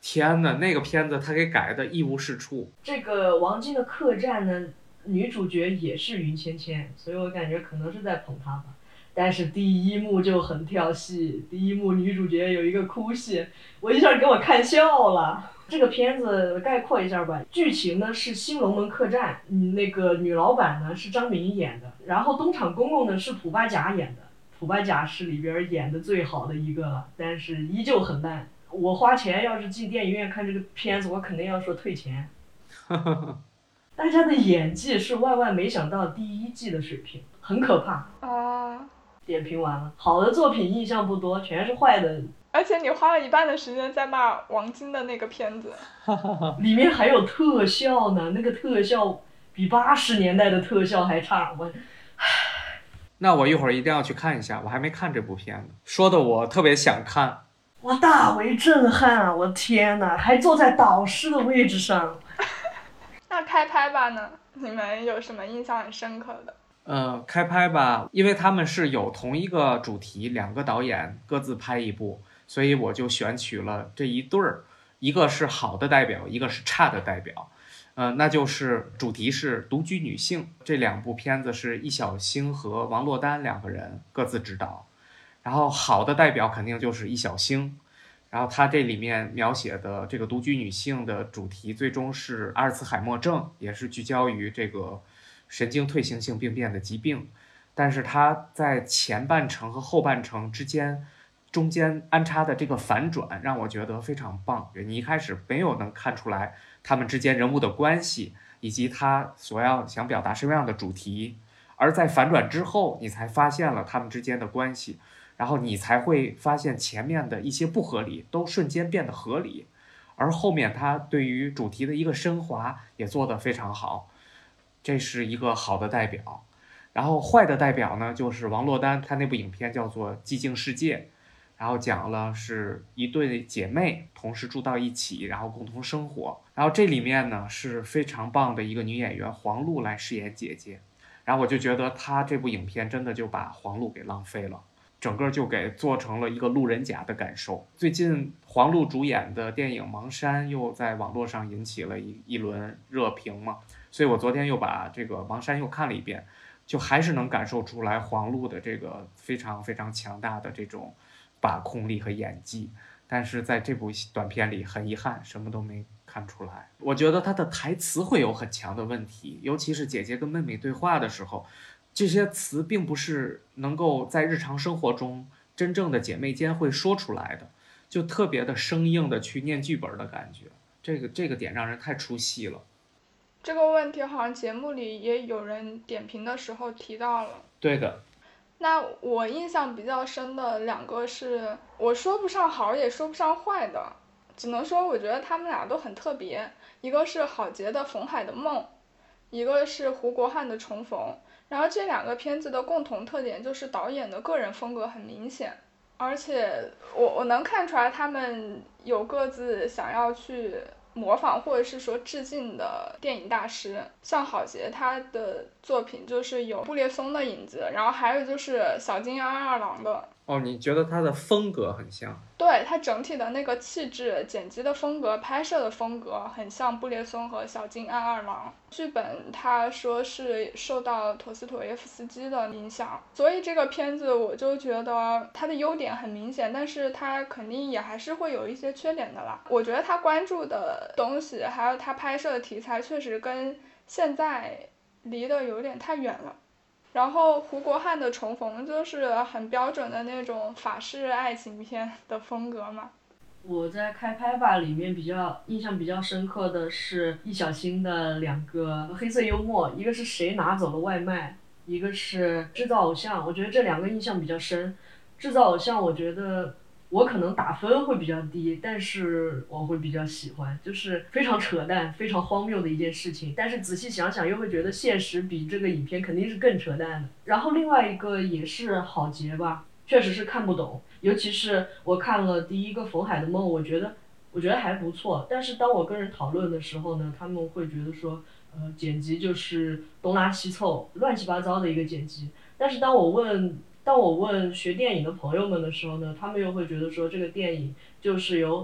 天呐，那个片子他给改的一无是处。 这个王晶的客栈呢，女主角也是云芊芊，所以我感觉可能是在捧她吧。但是第一幕就很跳戏，第一幕女主角有一个哭戏，我一下给我看笑了。这个片子概括一下吧，剧情呢是新龙门客栈，那个女老板呢是张敏演的，然后东厂公公呢是普巴甲演的，普巴甲是里边演的最好的一个了，但是依旧很烂。我花钱要是进电影院看这个片子，我肯定要说退钱。大家的演技是万万没想到第一季的水平，很可怕。点评完了，好的作品印象不多，全是坏的。 而且你花了一半的时间在骂王晶的那个片子， 里面还有特效呢，那个特效比80年代的特效还差。 那我一会儿一定要去看一下，我还没看这部片子，说的我特别想看。 哇，大为震撼啊！我天哪，还坐在导师的位置上。 那开拍吧呢？你们有什么印象很深刻的？ 开拍吧，因为他们是有同一个主题，两个导演各自拍一部，所以我就选取了这一对儿，一个是好的代表，一个是差的代表。那就是主题是独居女性。这两部片子是易小星和王珞丹两个人各自执导，然后好的代表肯定就是易小星。然后他这里面描写的这个独居女性的主题最终是阿尔茨海默症，也是聚焦于这个神经退行性病变的疾病，但是他在前半程和后半程中间安插的这个反转让我觉得非常棒。你一开始没有能看出来他们之间人物的关系，以及他想表达什么样的主题，而在反转之后你才发现了他们之间的关系，然后你才会发现前面的一些不合理都瞬间变得合理，而后面他对于主题的一个升华也做得非常好，这是一个好的代表。然后坏的代表呢，就是王珞丹，她那部影片叫做《寂静世界》，然后讲了是一对姐妹同时住到一起，然后共同生活。然后这里面呢是非常棒的一个女演员黄璐来饰演姐姐，然后我就觉得她这部影片真的就把黄璐给浪费了，整个就给做成了一个路人甲的感受。最近黄璐主演的电影《盲山》又在网络上引起了一轮热评嘛，所以我昨天又把这个《盲山》又看了一遍，就还是能感受出来黄璐的这个非常非常强大的这种把控力和演技，但是在这部短片里很遗憾什么都没看出来。我觉得她的台词会有很强的问题，尤其是姐姐跟妹妹对话的时候，这些词并不是能够在日常生活中真正的姐妹间会说出来的，就特别的生硬的去念剧本的感觉，这个点让人太出戏了。 这个问题好像节目里也有人点评的时候提到了。 对的。 那我印象比较深的两个是，我说不上好也说不上坏的，只能说我觉得他们俩都很特别。一个是郝杰的《冯海的梦》，一个是胡国汉的《重逢》。然后这两个片子的共同特点就是导演的个人风格很明显，而且我能看出来他们有各自想要去模仿或者是说致敬的电影大师。像郝杰他的作品就是有布列松的影子，然后还有就是小津安二郎的。 你觉得他的风格很像？ 对，他整体的那个气质、剪辑的风格、拍摄的风格很像布列松和小津安二郎。剧本他说是受到陀思妥耶夫斯基的影响，所以这个片子我就觉得它的优点很明显，但是它肯定也还是会有一些缺点的啦。我觉得他关注的东西还有他拍摄的题材确实跟现在离得有点太远了。然后胡国汉的《重逢》就是很标准的那种法式爱情片的风格嘛。 我在开拍吧里面印象比较深刻的是易小星的两个黑色幽默，一个是谁拿走了外卖，一个是制造偶像。我觉得这两个印象比较深。制造偶像我觉得我可能打分会比较低，但是我会比较喜欢，就是非常扯淡非常荒谬的一件事情，但是仔细想想又会觉得现实比这个影片肯定是更扯淡的。然后另外一个也是郝杰吧，确实是看不懂，尤其是我看了第一个冯海的梦，我觉得还不错，但是当我跟人讨论的时候呢，他们会觉得说剪辑就是东拉西凑乱七八糟的一个剪辑。但是当我问学电影的朋友们的时候呢，他们又会觉得说这个电影就是由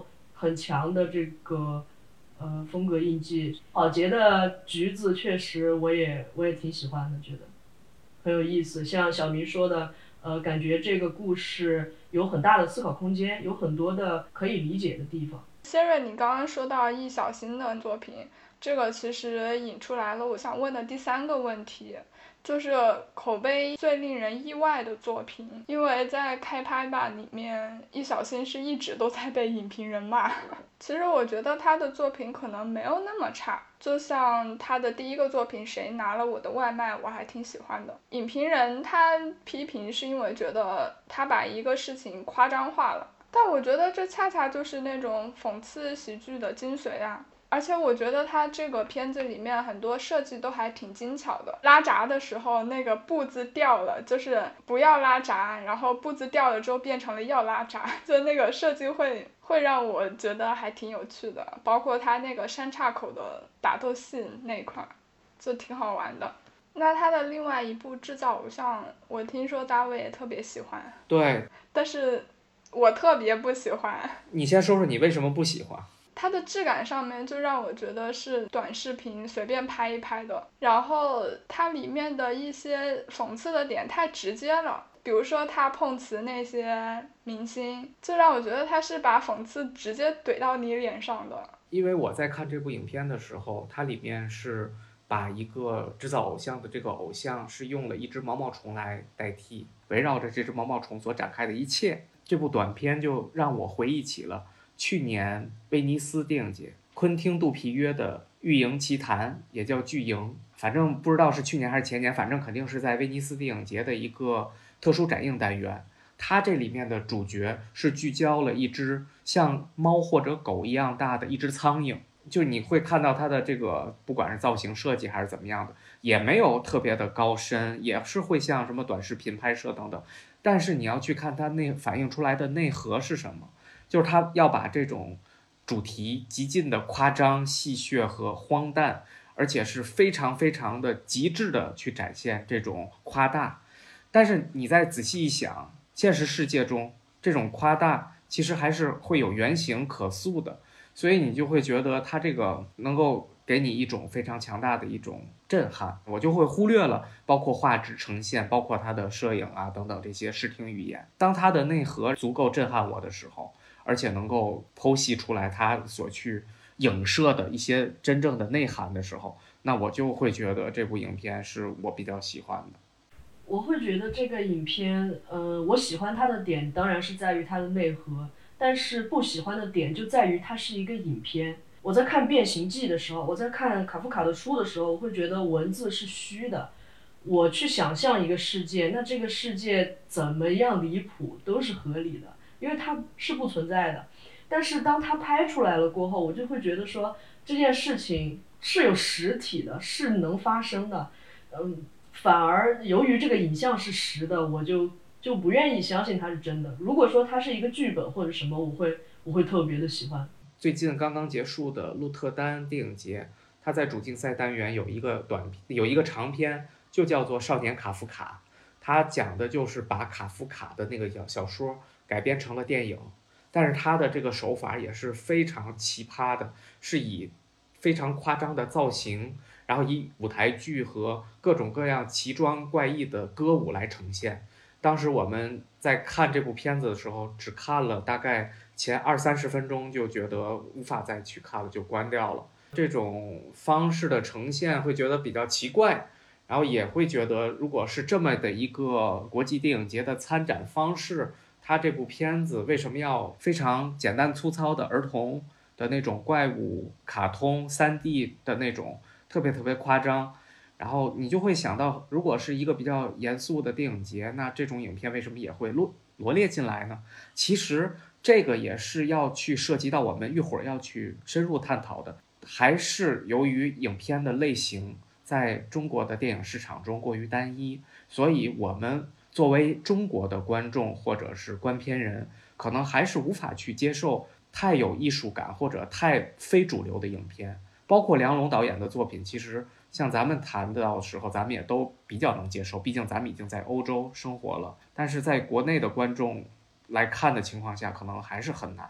很强的这个风格印记。宝洁的橘子确实我也挺喜欢的，觉得很有意思。像小明说的，感觉这个故事有很大的思考空间，有很多的可以理解的地方。 谢瑞，你刚刚说到易小星的作品，这个其实引出来了我想问的第3个问题，就是口碑最令人意外的作品。因为在开拍吧里面，易小星是一直都在被影评人骂。其实我觉得他的作品可能没有那么差，就像他的第1个作品谁拿了我的外卖，我还挺喜欢的。影评人他批评是因为觉得他把一个事情夸张化了，但我觉得这恰恰就是那种讽刺喜剧的精髓啊。而且我觉得他这个片子里面很多设计都还挺精巧的，拉闸的时候那个步子掉了，就是不要拉闸，然后步子掉了之后变成了要拉闸，就那个设计会让我觉得还挺有趣的。包括他那个山岔口的打斗戏那一块就挺好玩的。那他的另外一部制造偶像，我听说大卫也特别喜欢。 对， 但是我特别不喜欢。 你先说说你为什么不喜欢？ 它的质感上面就让我觉得是短视频随便拍一拍的，然后它里面的一些讽刺的点太直接了，比如说他碰瓷那些明星，就让我觉得他是把讽刺直接怼到你脸上的。 因为我在看这部影片的时候，它里面是把一个制造偶像的这个偶像是用了一只毛毛虫来代替，围绕着这只毛毛虫所展开的一切。这部短片就让我回忆起了去年威尼斯电影节昆汀·杜皮约的《巨营奇谭》，也叫巨营，反正不知道是去年还是前年，反正肯定是在威尼斯电影节的一个特殊展映单元。它这里面的主角是聚焦了一只像猫或者狗一样大的一只苍蝇，就你会看到它的这个不管是造型设计还是怎么样的，也没有特别的高深，也是会像什么短视频拍摄等等，但是你要去看它反映出来的内核是什么，就是它要把这种主题极尽的夸张、戏谑和荒诞，而且是非常非常的极致的去展现这种夸大。但是你再仔细一想，现实世界中这种夸大其实还是会有原型可塑的，所以你就会觉得它这个能够给你一种非常强大的一种震撼，我就会忽略了包括画质呈现，包括它的摄影啊等等这些视听语言。当它的内核足够震撼我的时候，而且能够剖析出来它所去影射的一些真正的内涵的时候，那我就会觉得这部影片是我比较喜欢的。 我会觉得这个影片，我喜欢它的点当然是在于它的内核，但是不喜欢的点就在于它是一个影片。我在看《变形记》的时候，我在看卡夫卡的书的时候，我会觉得文字是虚的。我去想象一个世界，那这个世界怎么样离谱都是合理的，因为它是不存在的。但是当它拍出来了过后，我就会觉得说这件事情是有实体的，是能发生的。反而由于这个影像是实的，我就不愿意相信它是真的。如果说它是一个剧本或者什么，我会特别的喜欢。 最近刚刚结束的鹿特丹电影节，它在主竞赛单元有一个长片，就叫做《少年卡夫卡》，它讲的就是把卡夫卡的那个小说改编成了电影，但是它的这个手法也是非常奇葩的，是以非常夸张的造型，然后以舞台剧和各种各样奇装怪异的歌舞来呈现。当时我们在看这部片子的时候，只看了大概前20-30分钟，就觉得无法再去看了，就关掉了。这种方式的呈现会觉得比较奇怪，然后也会觉得，如果是这么的一个国际电影节的参展方式，它这部片子为什么要非常简单粗糙的儿童的那种怪物、卡通、3D 的那种特别特别夸张？然后你就会想到，如果是一个比较严肃的电影节，那这种影片为什么也会罗列进来呢？其实这个也是要去涉及到我们一会儿要去深入探讨的，还是由于影片的类型在中国的电影市场中过于单一，所以我们作为中国的观众或者是观片人，可能还是无法去接受太有艺术感或者太非主流的影片。包括梁龙导演的作品，其实像咱们谈到的时候，咱们也都比较能接受，毕竟咱们已经在欧洲生活了。但是在国内的观众来看的情况下，可能还是很难。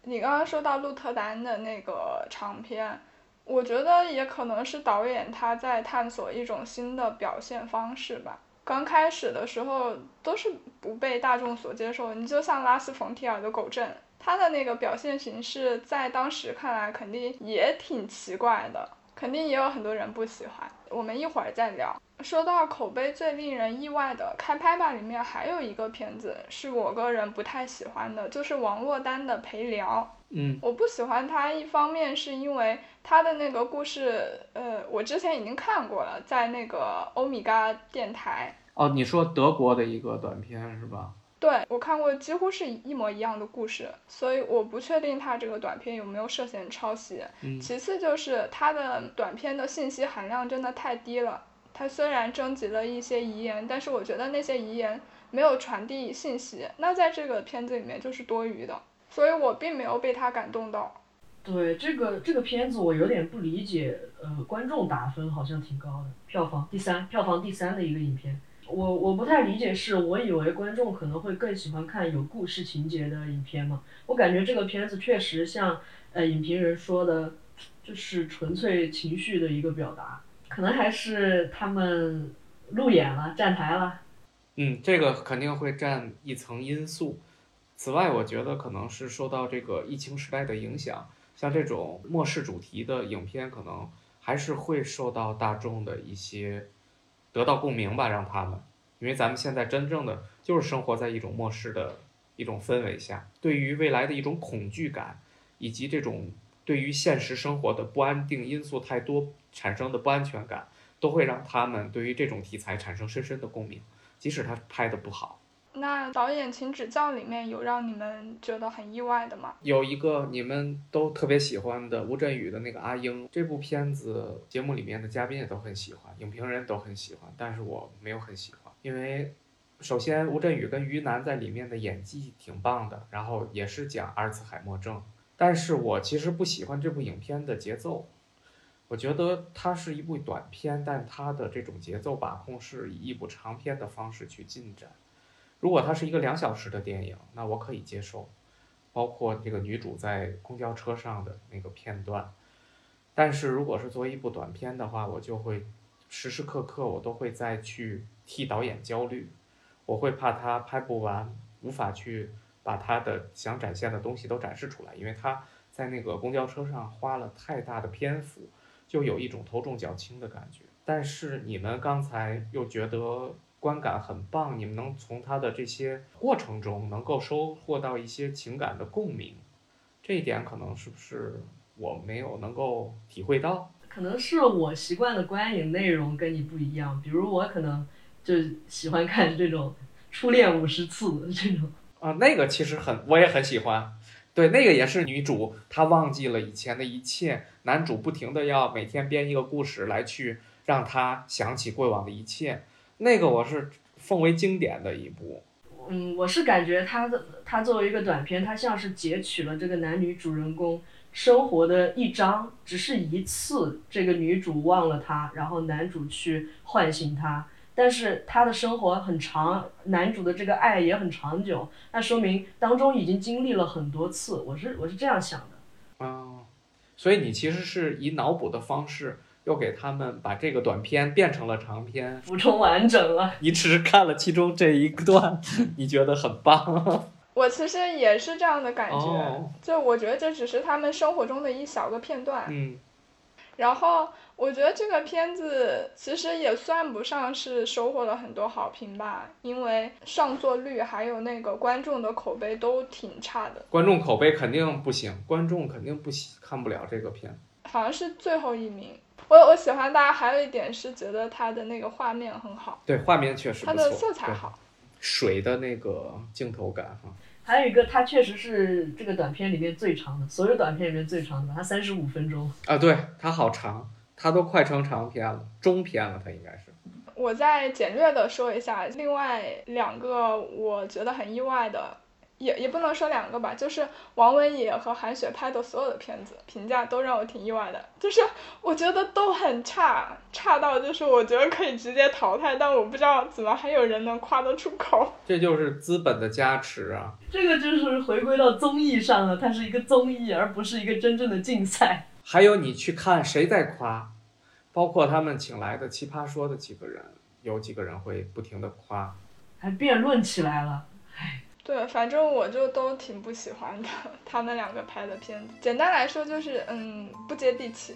你刚刚说到鹿特丹的那个长片，我觉得也可能是导演他在探索一种新的表现方式吧。刚开始的时候都是不被大众所接受，你就像拉斯冯提尔的狗镇，他的那个表现形式在当时看来肯定也挺奇怪的，肯定也有很多人不喜欢，我们一会儿再聊。说到口碑最令人意外的，开拍吧里面还有一个片子是我个人不太喜欢的，就是王珞丹的陪聊。我不喜欢他，一方面是因为他的那个故事，我之前已经看过了，在那个欧米伽电台。 哦，你说德国的一个短片是吧？ 对，我看过，几乎是一模一样的故事，所以我不确定他这个短片有没有涉嫌抄袭。其次就是他的短片的信息含量真的太低了，他虽然征集了一些遗言，但是我觉得那些遗言没有传递信息，那在这个片子里面就是多余的，所以我并没有被他感动到。 对，这个片子我有点不理解，观众打分好像挺高的，票房第三的一个影片。我不太理解，是我以为观众可能会更喜欢看有故事情节的影片嘛。我感觉这个片子确实像影评人说的，就是纯粹情绪的一个表达，可能还是他们路演了，站台了。 这个肯定会占一层因素。此外，我觉得可能是受到这个疫情时代的影响，像这种末世主题的影片，可能还是会受到大众的一些得到共鸣吧，让他们，因为咱们现在真正的就是生活在一种末世的一种氛围下，对于未来的一种恐惧感，以及这种对于现实生活的不安定因素太多产生的不安全感，都会让他们对于这种题材产生深深的共鸣，即使他拍的不好。 那导演请指教里面有让你们觉得很意外的吗？ 有一个你们都特别喜欢的吴镇宇的那个阿英，这部片子节目里面的嘉宾也都很喜欢，影评人都很喜欢，但是我没有很喜欢，因为首先吴镇宇跟于南在里面的演技挺棒的，然后也是讲阿尔茨海默症，但是我其实不喜欢这部影片的节奏，我觉得它是一部短片，但它的这种节奏把控是以一部长片的方式去进展。如果它是一个2小时的电影，那我可以接受，包括这个女主在公交车上的那个片段。但是如果是作为一部短片的话，我就会时时刻刻我都会再去替导演焦虑，我会怕他拍不完，无法去把他的想展现的东西都展示出来，因为他在那个公交车上花了太大的篇幅，就有一种头重脚轻的感觉。但是你们刚才又觉得观感很棒，你们能从他的这些过程中能够收获到一些情感的共鸣，这一点可能是不是我没有能够体会到？ 可能是我习惯的观影内容跟你不一样，比如我可能就喜欢看这种初恋50次的这种。 那个其实我也很喜欢。对，那个也是女主她忘记了以前的一切，男主不停的要每天编一个故事来去让她想起过往的一切，那个我是奉为经典的一部。 我是感觉它作为一个短片，它像是截取了这个男女主人公生活的一章，只是一次这个女主忘了他，然后男主去唤醒他，但是他的生活很长，男主的这个爱也很长久，那说明当中已经经历了很多次，我是这样想的。 所以你其实是以脑补的方式又给他们把这个短片变成了长片， 补充完整了。 你只是看了其中这一段，你觉得很棒。 我其实也是这样的感觉，就我觉得这只是他们生活中的一小个片段。然后我觉得这个片子其实也算不上是收获了很多好评吧，因为上座率还有那个观众的口碑都挺差的。 观众口碑肯定不行，观众肯定看不了这个片， 好像是最后一名。我喜欢大家还有一点是觉得它的那个画面很好， 对，画面确实不错， 它的色彩好， 水的那个镜头感哈。 还有一个，它确实是这个短片里面最长的，所有短片里面最长的，它35分钟啊，对，它好长，它都快成长片了，中片了，它应该是。 我再简略的说一下，另外2个我觉得很意外的， 也不能说两个吧，就是王文野和韩雪拍的所有的片子评价都让我挺意外的，就是我觉得都很差，差到就是我觉得可以直接淘汰，但我不知道怎么还有人能夸得出口。 这就是资本的加持啊！ 这个就是回归到综艺上了，它是一个综艺，而不是一个真正的竞赛。 还有你去看谁在夸，包括他们请来的奇葩说的几个人，有几个人会不停的夸， 还辩论起来了。 对，反正我就都挺不喜欢的，他们两个拍的片子，简单来说就是不接地气。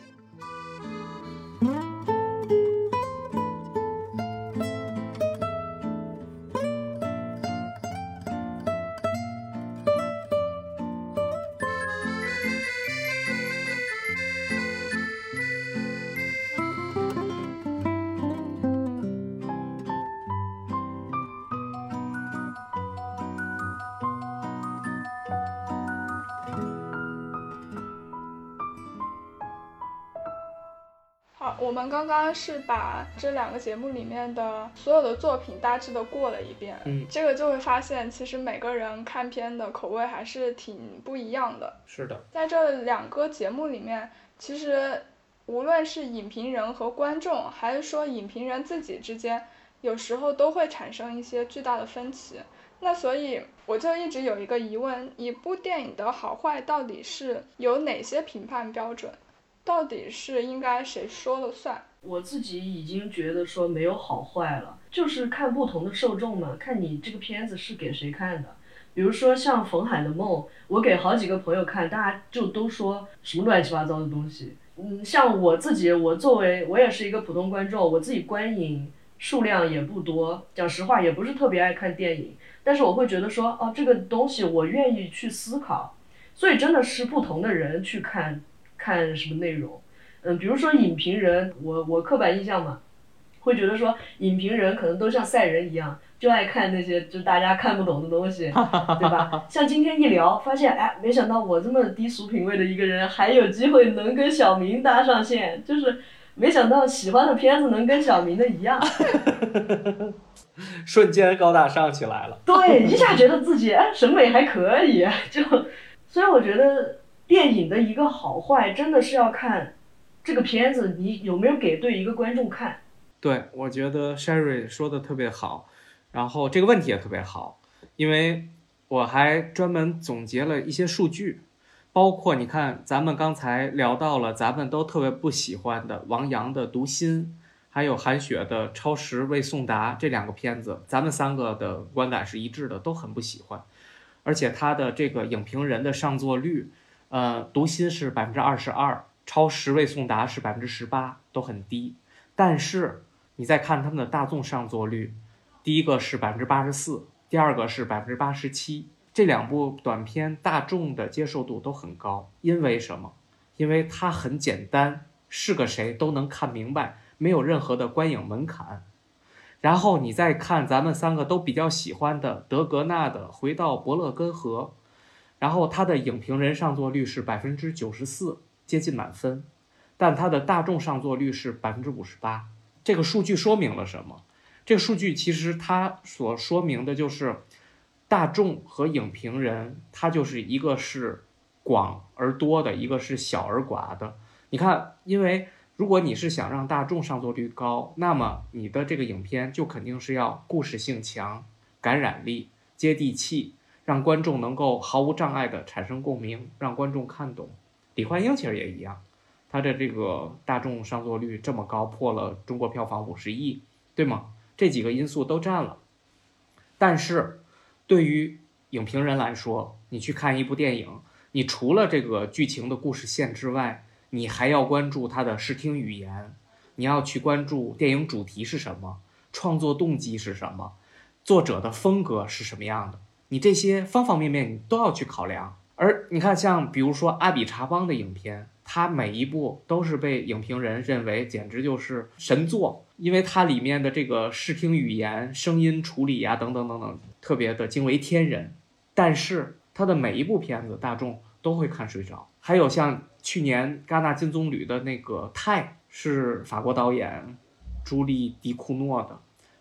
好，我们刚刚是把这两个节目里面的所有的作品大致的过了一遍，这个就会发现其实每个人看片的口味还是挺不一样的。 是的， 在这两个节目里面，其实无论是影评人和观众，还是说影评人自己之间，有时候都会产生一些巨大的分歧。那所以我就一直有一个疑问，一部电影的好坏到底是有哪些评判标准？到底是应该谁说了算？ 我自己已经觉得说没有好坏了，就是看不同的受众嘛，看你这个片子是给谁看的。比如说像冯海的梦，我给好几个朋友看，大家就都说什么乱七八糟的东西。像我自己，我作为我也是一个普通观众，我自己观影数量也不多，讲实话也不是特别爱看电影，但是我会觉得说，哦，这个东西我愿意去思考，所以真的是不同的人去看什么内容。比如说影评人，我刻板印象嘛，会觉得说影评人可能都像赛人一样，就爱看那些就大家看不懂的东西，对吧？像今天一聊，发现哎，没想到我这么低俗品味的一个人，还有机会能跟小明搭上线，就是没想到喜欢的片子能跟小明的一样， 瞬间高大上起来了。 对，一下觉得自己审美还可以，所以我觉得电影的一个好坏真的是要看这个片子你有没有给对一个观众看。 对，我觉得 Sherry 说的特别好，然后这个问题也特别好，因为我还专门总结了一些数据，包括你看咱们刚才聊到了咱们都特别不喜欢的王阳的《读心》，还有韩雪的《超时未送达》，这两个片子咱们三个的观感是一致的，都很不喜欢，而且它的这个影评人的上座率读心是22%，超时未送达是18%，都很低。但是你再看他们的大众上座率，第一个是84%，第二个是87%，这两部短片大众的接受度都很高。因为什么？因为它很简单，是个谁都能看明白，没有任何的观影门槛。然后你再看咱们三个都比较喜欢的德格纳的《回到伯乐根河》，然后它的影评人上座率是94%，接近满分，但它的大众上座率是58%。这个数据说明了什么？这个数据其实它所说明的就是大众和影评人，它就是一个是广而多的，一个是小而寡的。你看，因为如果你是想让大众上座率高，那么你的这个影片就肯定是要故事性强、感染力、接地气，让观众能够毫无障碍地产生共鸣，让观众看懂。李焕英其实也一样，他的这个大众上座率这么高，破了中国票房50亿，对吗？这几个因素都占了。但是对于影评人来说，你去看一部电影，你除了这个剧情的故事线之外，你还要关注它的视听语言，你要去关注电影主题是什么，创作动机是什么，作者的风格是什么样的，你这些方方面面你都要去考量。而你看像比如说阿比查邦的影片，它每一部都是被影评人认为简直就是神作，因为它里面的这个视听语言、声音处理啊等等等等特别的惊为天人。但是它的每一部片子大众都会看睡着。还有像去年戛纳金棕榈的那个《泰》，是法国导演朱莉迪库诺的，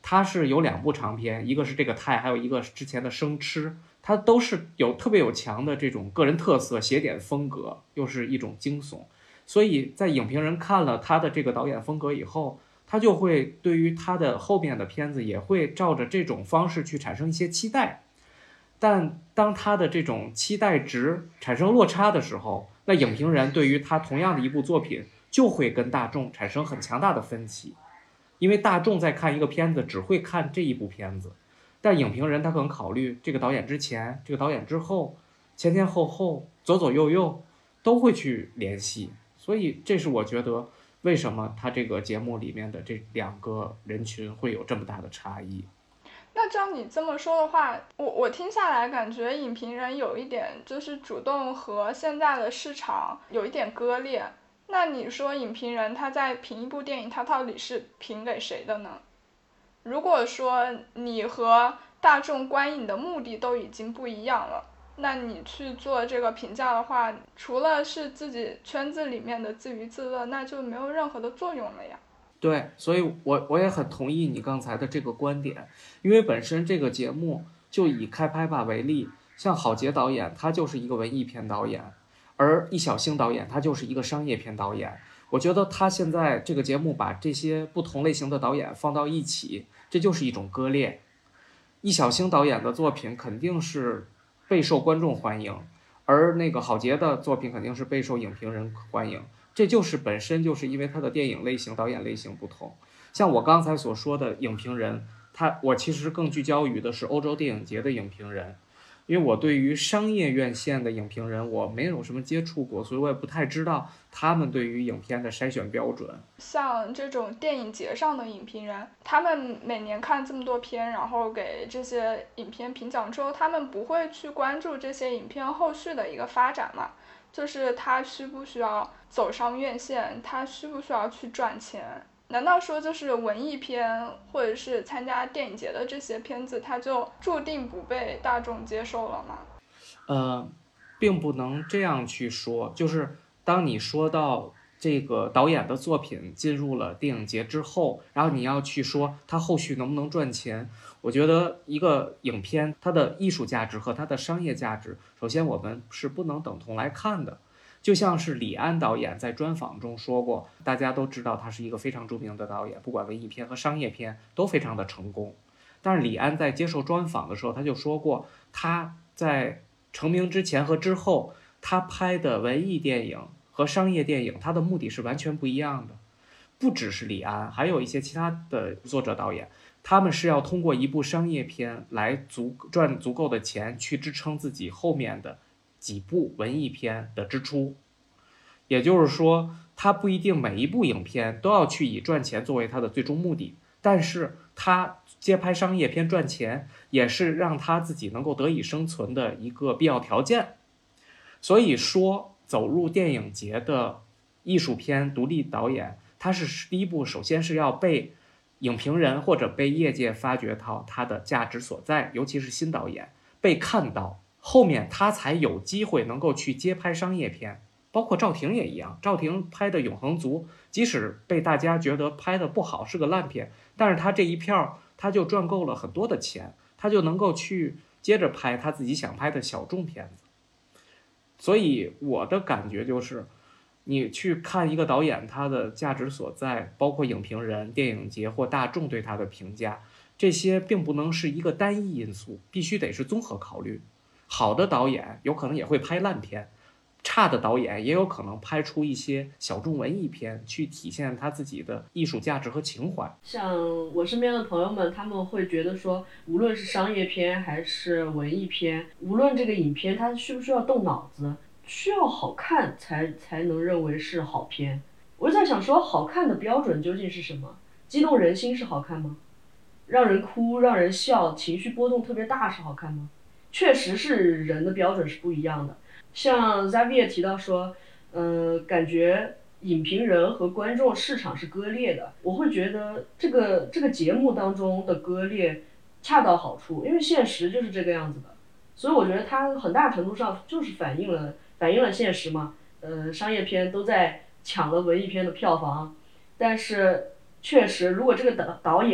他是有2部长片，一个是这个泰，还有一个是之前的生吃，他都是特别有强的这种个人特色、写点风格，又是一种惊悚。所以在影评人看了他的这个导演风格以后，他就会对于他的后面的片子也会照着这种方式去产生一些期待。但当他的这种期待值产生落差的时候，那影评人对于他同样的一部作品就会跟大众产生很强大的分歧。因为大众在看一个片子只会看这一部片子，但影评人他可能考虑这个导演之前，这个导演之后，前前后后，左左右右都会去联系。所以这是我觉得为什么他这个节目里面的这2个人群会有这么大的差异。 那照你这么说的话，我听下来感觉影评人有一点就是主动和现在的市场有一点割裂。那你说影评人他在评一部电影，他到底是评给谁的呢？如果说你和大众观影的目的都已经不一样了，那你去做这个评价的话，除了是自己圈子里面的自娱自乐，那就没有任何的作用了呀。 对，所以我也很同意你刚才的这个观点，因为本身这个节目就以开拍吧为例，像郝杰导演他就是一个文艺片导演，而易小星导演他就是一个商业片导演。我觉得他现在这个节目把这些不同类型的导演放到一起，这就是一种割裂。易小星导演的作品肯定是备受观众欢迎，而那个郝杰的作品肯定是备受影评人欢迎。这就是本身就是因为他的电影类型、导演类型不同。像我刚才所说的影评人，我其实更聚焦于的是欧洲电影节的影评人，因为我对于商业院线的影评人我没有什么接触过，所以我也不太知道他们对于影片的筛选标准。 像这种电影节上的影评人，他们每年看这么多片，然后给这些影片评奖之后，他们不会去关注这些影片后续的一个发展嘛？就是他需不需要走上院线，他需不需要去赚钱？难道说就是文艺片或者是参加电影节的这些片子，它就注定不被大众接受了吗？ 并不能这样去说。就是当你说到这个导演的作品进入了电影节之后，然后你要去说他后续能不能赚钱，我觉得一个影片它的艺术价值和它的商业价值，首先我们是不能等同来看的。就像是李安导演在专访中说过，大家都知道他是一个非常著名的导演，不管文艺片和商业片都非常的成功。但是李安在接受专访的时候，他就说过，他在成名之前和之后，他拍的文艺电影和商业电影，他的目的是完全不一样的。不只是李安，还有一些其他的作者导演，他们是要通过一部商业片来赚足够的钱去支撑自己后面的几部文艺片的支出。也就是说，他不一定每一部影片都要去以赚钱作为他的最终目的，但是他接拍商业片赚钱也是让他自己能够得以生存的一个必要条件。所以说，走入电影节的艺术片独立导演，他是第一步首先是要被影评人或者被业界发掘到他的价值所在，尤其是新导演被看到，后面他才有机会能够去接拍商业片。包括赵婷也一样，赵婷拍的《永恒族》，即使被大家觉得拍的不好，是个烂片，但是他这一票他就赚够了很多的钱，他就能够去接着拍他自己想拍的小众片子。所以我的感觉就是，你去看一个导演他的价值所在，包括影评人、电影节或大众对他的评价，这些并不能是一个单一因素，必须得是综合考虑。好的导演有可能也会拍烂片，差的导演也有可能拍出一些小众文艺片，去体现他自己的艺术价值和情怀。 像我身边的朋友们，他们会觉得说，无论是商业片还是文艺片，无论这个影片它需不需要动脑子，需要好看才能认为是好片。我就在想说，好看的标准究竟是什么？激动人心是好看吗？让人哭、让人笑、情绪波动特别大是好看吗？确实是人的标准是不一样的。像 Xavier 提到说，感觉影评人和观众市场是割裂的。我会觉得这个节目当中的割裂恰到好处，因为现实就是这个样子的。所以我觉得它很大程度上就是反映了现实嘛。商业片都在抢了文艺片的票房，但是确实，如果这个导演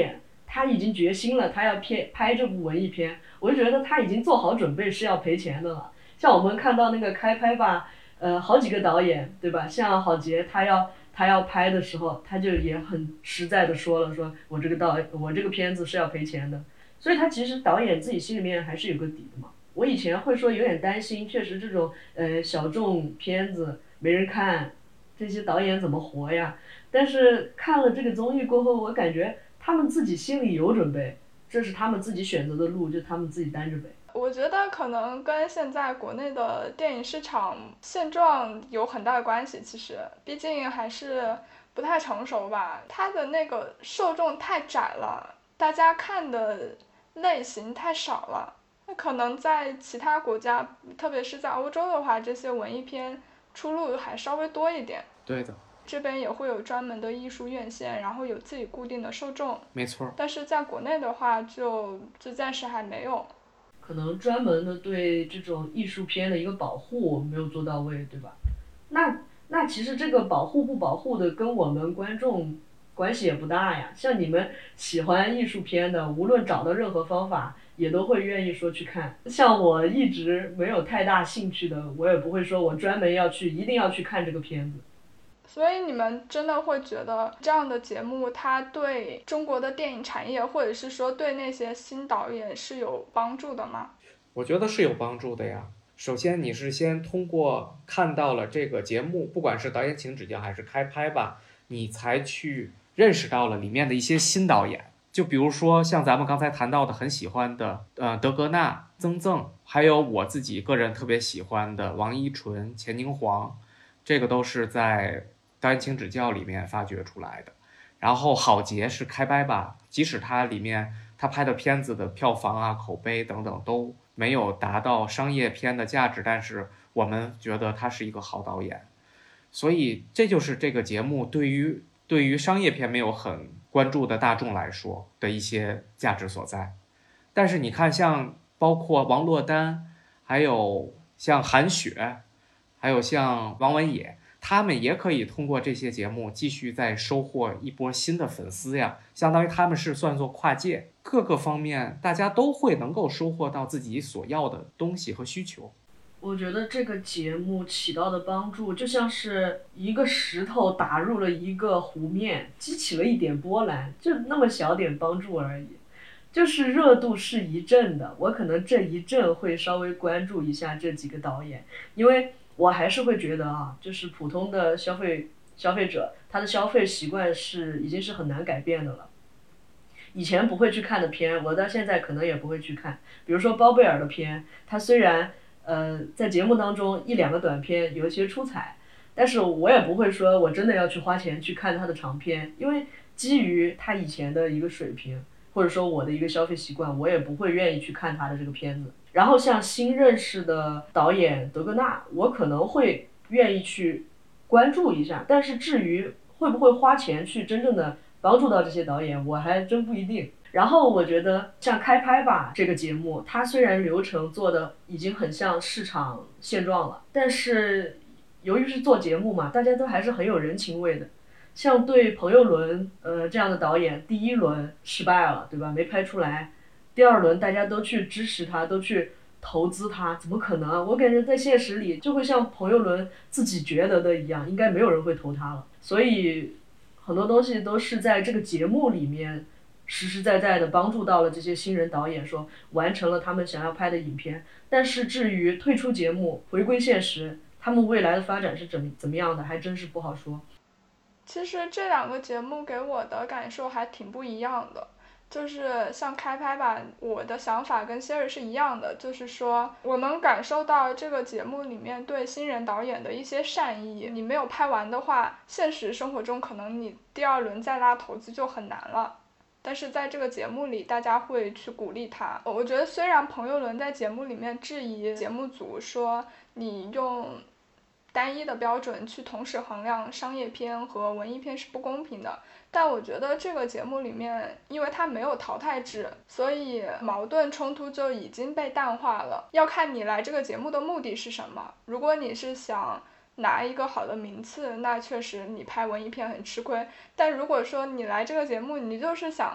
他已经决心了，他要拍这部文艺片，我就觉得他已经做好准备是要赔钱的了。像我们看到那个开拍吧，好几个导演，对吧？像郝杰，他要拍的时候，他就也很实在的说了，说我这个片子是要赔钱的。所以他其实导演自己心里面还是有个底的嘛。我以前会说有点担心，确实这种小众片子没人看，这些导演怎么活呀？但是看了这个综艺过后，我感觉他们自己心里有准备，这是他们自己选择的路，就他们自己担着呗。 我觉得可能跟现在国内的电影市场现状有很大的关系，其实毕竟还是不太成熟吧，它的那个受众太窄了，大家看的类型太少了。那可能在其他国家，特别是在欧洲的话，这些文艺片出路还稍微多一点。 对的， 这边也会有专门的艺术院线，然后有自己固定的受众。 没错。 但是在国内的话就暂时还没有。 可能专门的对这种艺术片的一个保护没有做到位，对吧？那其实这个保护不保护的跟我们观众关系也不大呀。像你们喜欢艺术片的，无论找到任何方法，也都会愿意说去看。像我一直没有太大兴趣的，我也不会说我专门一定要去看这个片子。 所以你们真的会觉得这样的节目它对中国的电影产业或者是说对那些新导演是有帮助的吗？ 我觉得是有帮助的呀。首先你是先通过看到了这个节目，不管是导演请指教还是开拍吧，你才去认识到了里面的一些新导演。就比如说像咱们刚才谈到的很喜欢的德格纳、曾曾，还有我自己个人特别喜欢的王一淳、钱宁黄，这个都是在导演请指教里面发掘出来的。然后郝杰是开拍吧，即使他里面他拍的片子的票房啊、口碑等等都没有达到商业片的价值，但是我们觉得他是一个好导演。所以这就是这个节目对于商业片没有很关注的大众来说的一些价值所在。但是你看像包括王珞丹，还有像韩雪，还有像王文野，他们也可以通过这些节目继续再收获一波新的粉丝呀，相当于他们是算作跨界，各个方面大家都会能够收获到自己所要的东西和需求。 我觉得这个节目起到的帮助，就像是一个石头打入了一个湖面，激起了一点波澜，就那么小点帮助而已。就是热度是一阵的，我可能这一阵会稍微关注一下这几个导演，因为我还是会觉得啊，就是普通的消费者，他的消费习惯已经是很难改变的了。以前不会去看的片，我到现在可能也不会去看。比如说包贝尔的片，他虽然在节目当中一两个短片有一些出彩，但是我也不会说我真的要去花钱去看他的长片，因为基于他以前的一个水平，或者说我的一个消费习惯，我也不会愿意去看他的这个片子。然后像新认识的导演德格纳，我可能会愿意去关注一下，但是至于会不会花钱去真正的帮助到这些导演，我还真不一定。然后我觉得像开拍吧这个节目，它虽然流程做的已经很像市场现状了，但是由于是做节目嘛，大家都还是很有人情味的。像对彭佑伦这样的导演，第一轮失败了，对吧？没拍出来，第二轮大家都去支持他，都去投资他，怎么可能啊？我感觉在现实里就会像彭佑伦自己觉得的一样，应该没有人会投他了。所以很多东西都是在这个节目里面实实在在的帮助到了这些新人导演，说完成了他们想要拍的影片。但是至于退出节目回归现实，他们未来的发展是怎么样的，还真是不好说。 其实这两个节目给我的感受还挺不一样的。就是像开拍吧，我的想法跟希尔是一样的，就是说我能感受到这个节目里面对新人导演的一些善意。你没有拍完的话，现实生活中可能你第二轮再拉投资就很难了。但是在这个节目里，大家会去鼓励他。我觉得虽然彭佑伦在节目里面质疑节目组说你用单一的标准去同时衡量商业片和文艺片是不公平的，但我觉得这个节目里面，因为它没有淘汰制，所以矛盾冲突就已经被淡化了。要看你来这个节目的目的是什么。如果你是想拿一个好的名次，那确实你拍文艺片很吃亏。但如果说你来这个节目，你就是想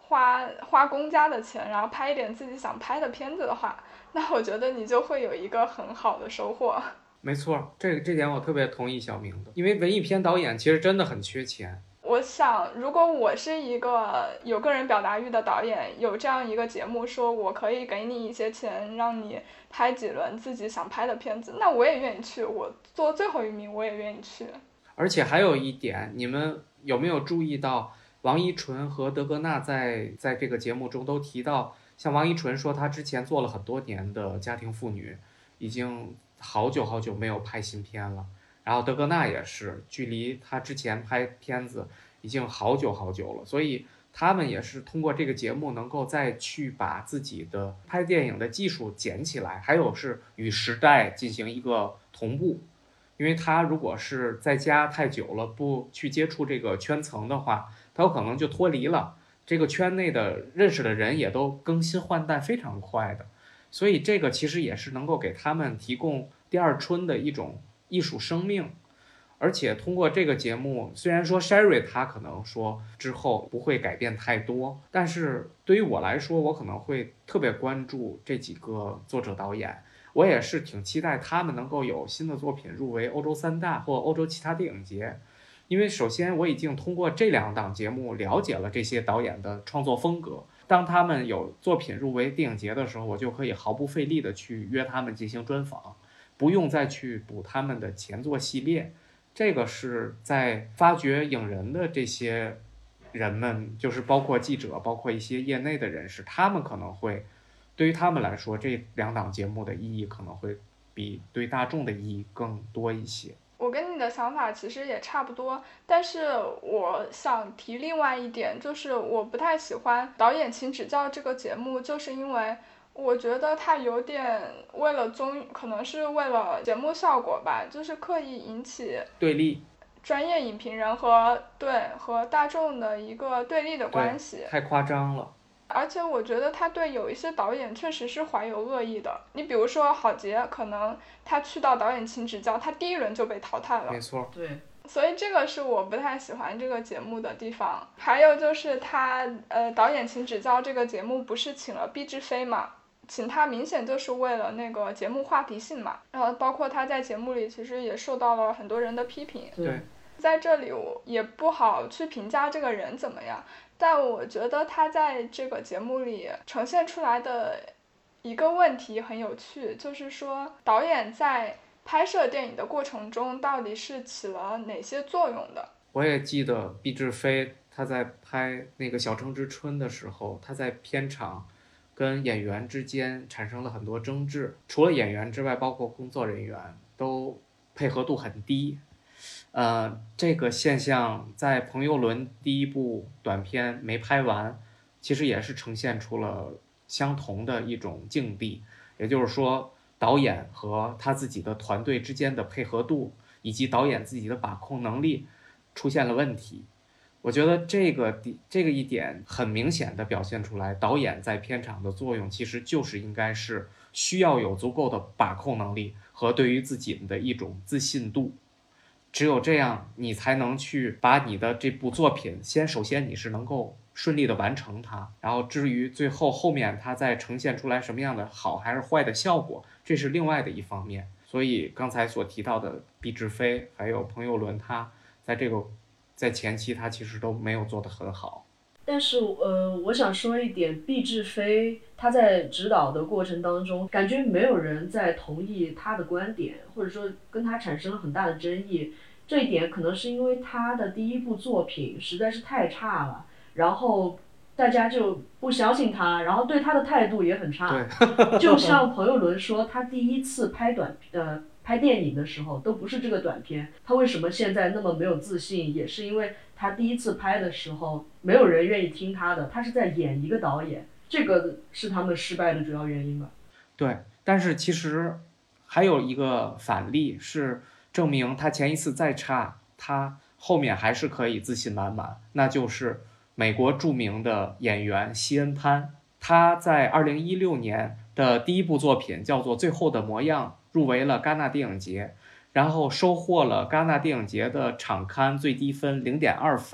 花公家的钱，然后拍一点自己想拍的片子的话，那我觉得你就会有一个很好的收获。 没错，这点我特别同意小明的，因为文艺片导演其实真的很缺钱。 我想，如果我是一个有个人表达欲的导演，有这样一个节目，说我可以给你一些钱，让你拍几轮自己想拍的片子，那我也愿意去，我做最后一名我也愿意去。 而且还有一点，你们有没有注意到，王一淳和德格纳在这个节目中都提到，像王一淳说他之前做了很多年的家庭妇女，已经好久好久没有拍新片了。然后德格纳也是，距离他之前拍片子已经好久好久了，所以他们也是通过这个节目能够再去把自己的拍电影的技术捡起来，还有是与时代进行一个同步。因为他如果是在家太久了，不去接触这个圈层的话，他有可能就脱离了这个圈内的认识的人，也都更新换代非常快的。所以这个其实也是能够给他们提供第二春的一种艺术生命。而且通过这个节目，虽然说 Sherry 他可能说之后不会改变太多，但是对于我来说，我可能会特别关注这几个作者导演，我也是挺期待他们能够有新的作品入围欧洲3大或欧洲其他电影节。因为首先我已经通过这2档节目了解了这些导演的创作风格，当他们有作品入围电影节的时候，我就可以毫不费力的去约他们进行专访，不用再去补他们的前作系列。这个是在发掘影人的这些人们，就是包括记者，包括一些业内的人士，他们可能会对于他们来说，这2档节目的意义可能会比对大众的意义更多一些。 我跟你的想法其实也差不多，但是我想提另外一点，就是我不太喜欢导演请指教这个节目，就是因为我觉得它有点为了可能是为了节目效果吧，就是刻意引起对立， 专业影评人和大众的一个对立的关系， 太夸张了。 而且我觉得他对有一些导演确实是怀有恶意的。你比如说郝杰，可能他去到导演请指教，他第一轮就被淘汰了。 没错， 对。 所以这个是我不太喜欢这个节目的地方。还有就是他导演请指教这个节目不是请了毕志飞嘛？请他明显就是为了那个节目话题性嘛。然后包括他在节目里其实也受到了很多人的批评。 对。 在这里我也不好去评价这个人怎么样。但我觉得他在这个节目里呈现出来的一个问题很有趣，就是说导演在拍摄电影的过程中到底是起了哪些作用的。 我也记得毕志飞他在拍那个《小城之春》的时候，他在片场跟演员之间产生了很多争执，除了演员之外，包括工作人员都配合度很低。这个现象在彭佑伦第1部短片没拍完，其实也是呈现出了相同的一种境地，也就是说导演和他自己的团队之间的配合度以及导演自己的把控能力出现了问题。我觉得这个一点很明显的表现出来，导演在片场的作用其实就是应该是需要有足够的把控能力和对于自己的一种自信度。只有这样，你才能去把你的这部作品首先你是能够顺利的完成它，然后至于最后面它再呈现出来什么样的好还是坏的效果，这是另外的一方面。所以刚才所提到的毕志飞还有彭佑伦，他在前期他其实都没有做得很好。 但是我想说一点，毕志飞他在指导的过程当中，感觉没有人在同意他的观点，或者说跟他产生了很大的争议。这一点可能是因为他的第1部作品实在是太差了，然后大家就不相信他，然后对他的态度也很差。就像彭佑伦说，他第1次拍电影的时候都不是这个短片，他为什么现在那么没有自信，也是因为他第1次拍的时候没有人愿意听他的，他是在演一个导演，这个是他们失败的主要原因吧。 对，但是其实还有一个反例是证明他前一次再差，他后面还是可以自信满满，那就是美国著名的演员西恩潘。他在2016年的第1部作品叫做《最后的模样》，入围了戛纳电影节，然后收获了戛纳电影节的场刊最低分0.2分。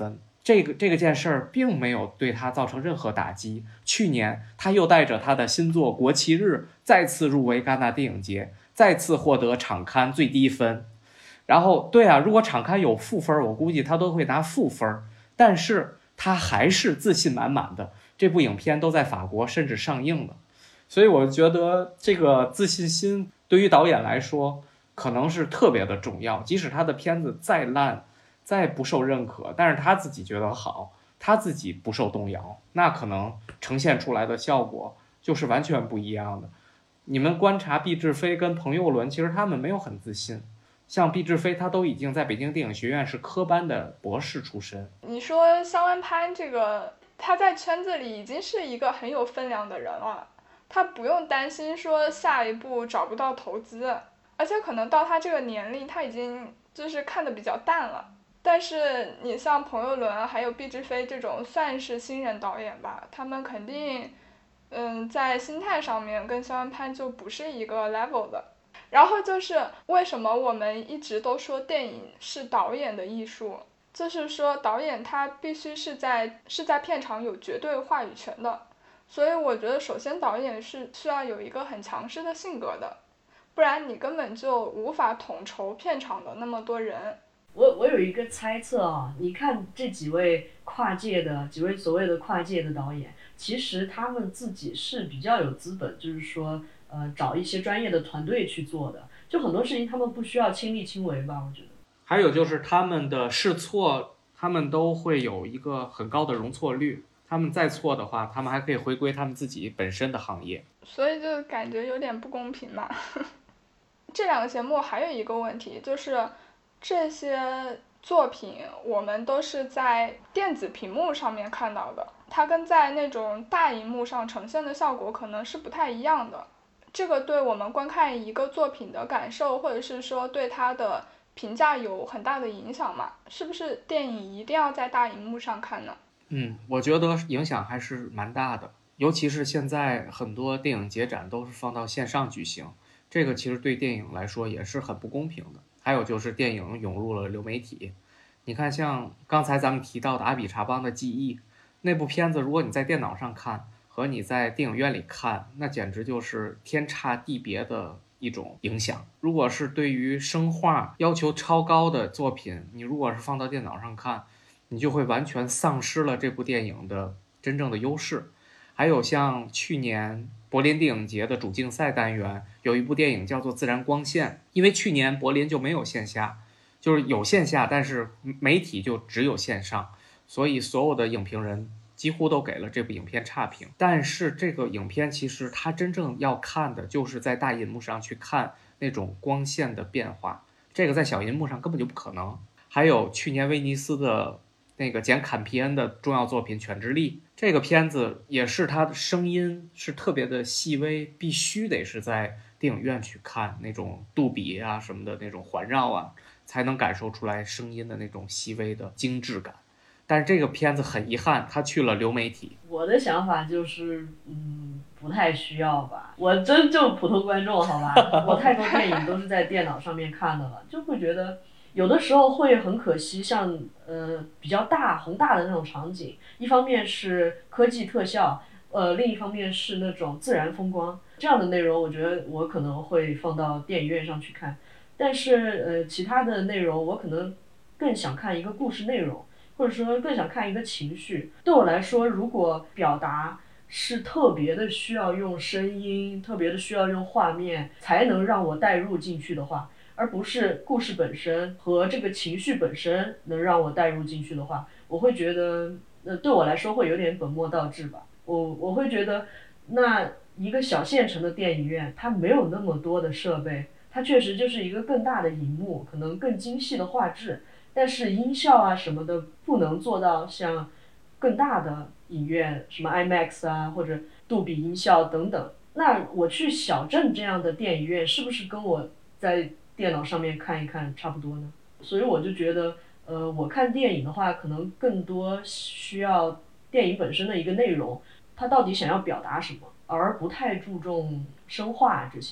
这件事儿并没有对他造成任何打击。去年他又带着他的新作《国旗日》再次入围戛纳电影节，再次获得场刊最低分。然后对啊，如果场刊有负分，我估计他都会拿负分，但是他还是自信满满的。这部影片都在法国甚至上映了，所以我觉得这个自信心对于导演来说可能是特别的重要。即使他的片子再烂再不受认可，但是他自己觉得好，他自己不受动摇，那可能呈现出来的效果就是完全不一样的。你们观察毕志飞跟彭佑伦，其实他们没有很自信。像毕志飞他都已经在北京电影学院是科班的博士出身。 你说肖恩潘这个，他在圈子里已经是一个很有分量的人了，他不用担心说下一步找不到投资，而且可能到他这个年龄他已经就是看得比较淡了。但是你像彭佑伦还有毕志飞这种算是新人导演吧，他们肯定在心态上面跟肖恩潘就不是一个 level 的。然后就是为什么我们一直都说电影是导演的艺术，就是说导演他必须是在片场有绝对话语权的。所以我觉得首先导演是需要有一个很强势的性格的，不然你根本就无法统筹片场的那么多人。 我有一个猜测啊，你看这几位所谓的跨界的导演，其实他们自己是比较有资本，就是说找一些专业的团队去做的，就很多事情他们不需要亲力亲为吧，我觉得。 还有就是他们的试错，他们都会有一个很高的容错率，他们再错的话，他们还可以回归他们自己本身的行业， 所以就感觉有点不公平嘛。这两个节目还有一个问题，就是这些作品我们都是在电子屏幕上面看到的，它跟在那种大荧幕上呈现的效果可能是不太一样的。这个对我们观看一个作品的感受，或者是说对它的评价有很大的影响嘛？是不是电影一定要在大荧幕上看呢？ 我觉得影响还是蛮大的，尤其是现在很多电影节展都是放到线上举行，这个其实对电影来说也是很不公平的。还有就是电影涌入了流媒体，你看像刚才咱们提到的阿比查邦的记忆那部片子，如果你在电脑上看和你在电影院里看，那简直就是天差地别的一种影响。如果是对于声画要求超高的作品，你如果是放到电脑上看，你就会完全丧失了这部电影的真正的优势。还有像去年柏林电影节的主竞赛单元有一部电影叫做《自然光线》，因为去年柏林就没有线下，就是有线下，但是媒体就只有线上，所以所有的影评人几乎都给了这部影片差评。但是这个影片其实它真正要看的就是在大银幕上去看那种光线的变化，这个在小银幕上根本就不可能。还有去年威尼斯的那个简·坎皮恩的重要作品《犬之力》，这个片子也是它的声音是特别的细微，必须得是在电影院去看，那种杜比啊什么的那种环绕啊，才能感受出来声音的那种细微的精致感。但是这个片子很遗憾，它去了流媒体。 我的想法就是，不太需要吧。我真就普通观众，好吧，我太多电影都是在电脑上面看的了，就会觉得有的时候会很可惜，像比较宏大的那种场景，一方面是科技特效，另一方面是那种自然风光，这样的内容，我觉得我可能会放到电影院上去看。但是其他的内容我可能更想看一个故事内容，或者说更想看一个情绪。对我来说，如果表达是特别的需要用声音，特别的需要用画面才能让我带入进去的话，而不是故事本身和这个情绪本身能让我带入进去的话，我会觉得对我来说会有点本末倒置吧。我会觉得那一个小县城的电影院它没有那么多的设备，它确实就是一个更大的荧幕，可能更精细的画质，但是音效啊什么的不能做到像更大的影院，什么 IMAX 啊或者杜比音效等等。那我去小镇这样的电影院，是不是跟我在电脑上面看一看差不多呢？所以我就觉得，我看电影的话，可能更多需要电影本身的一个内容，它到底想要表达什么，而不太注重声画这些。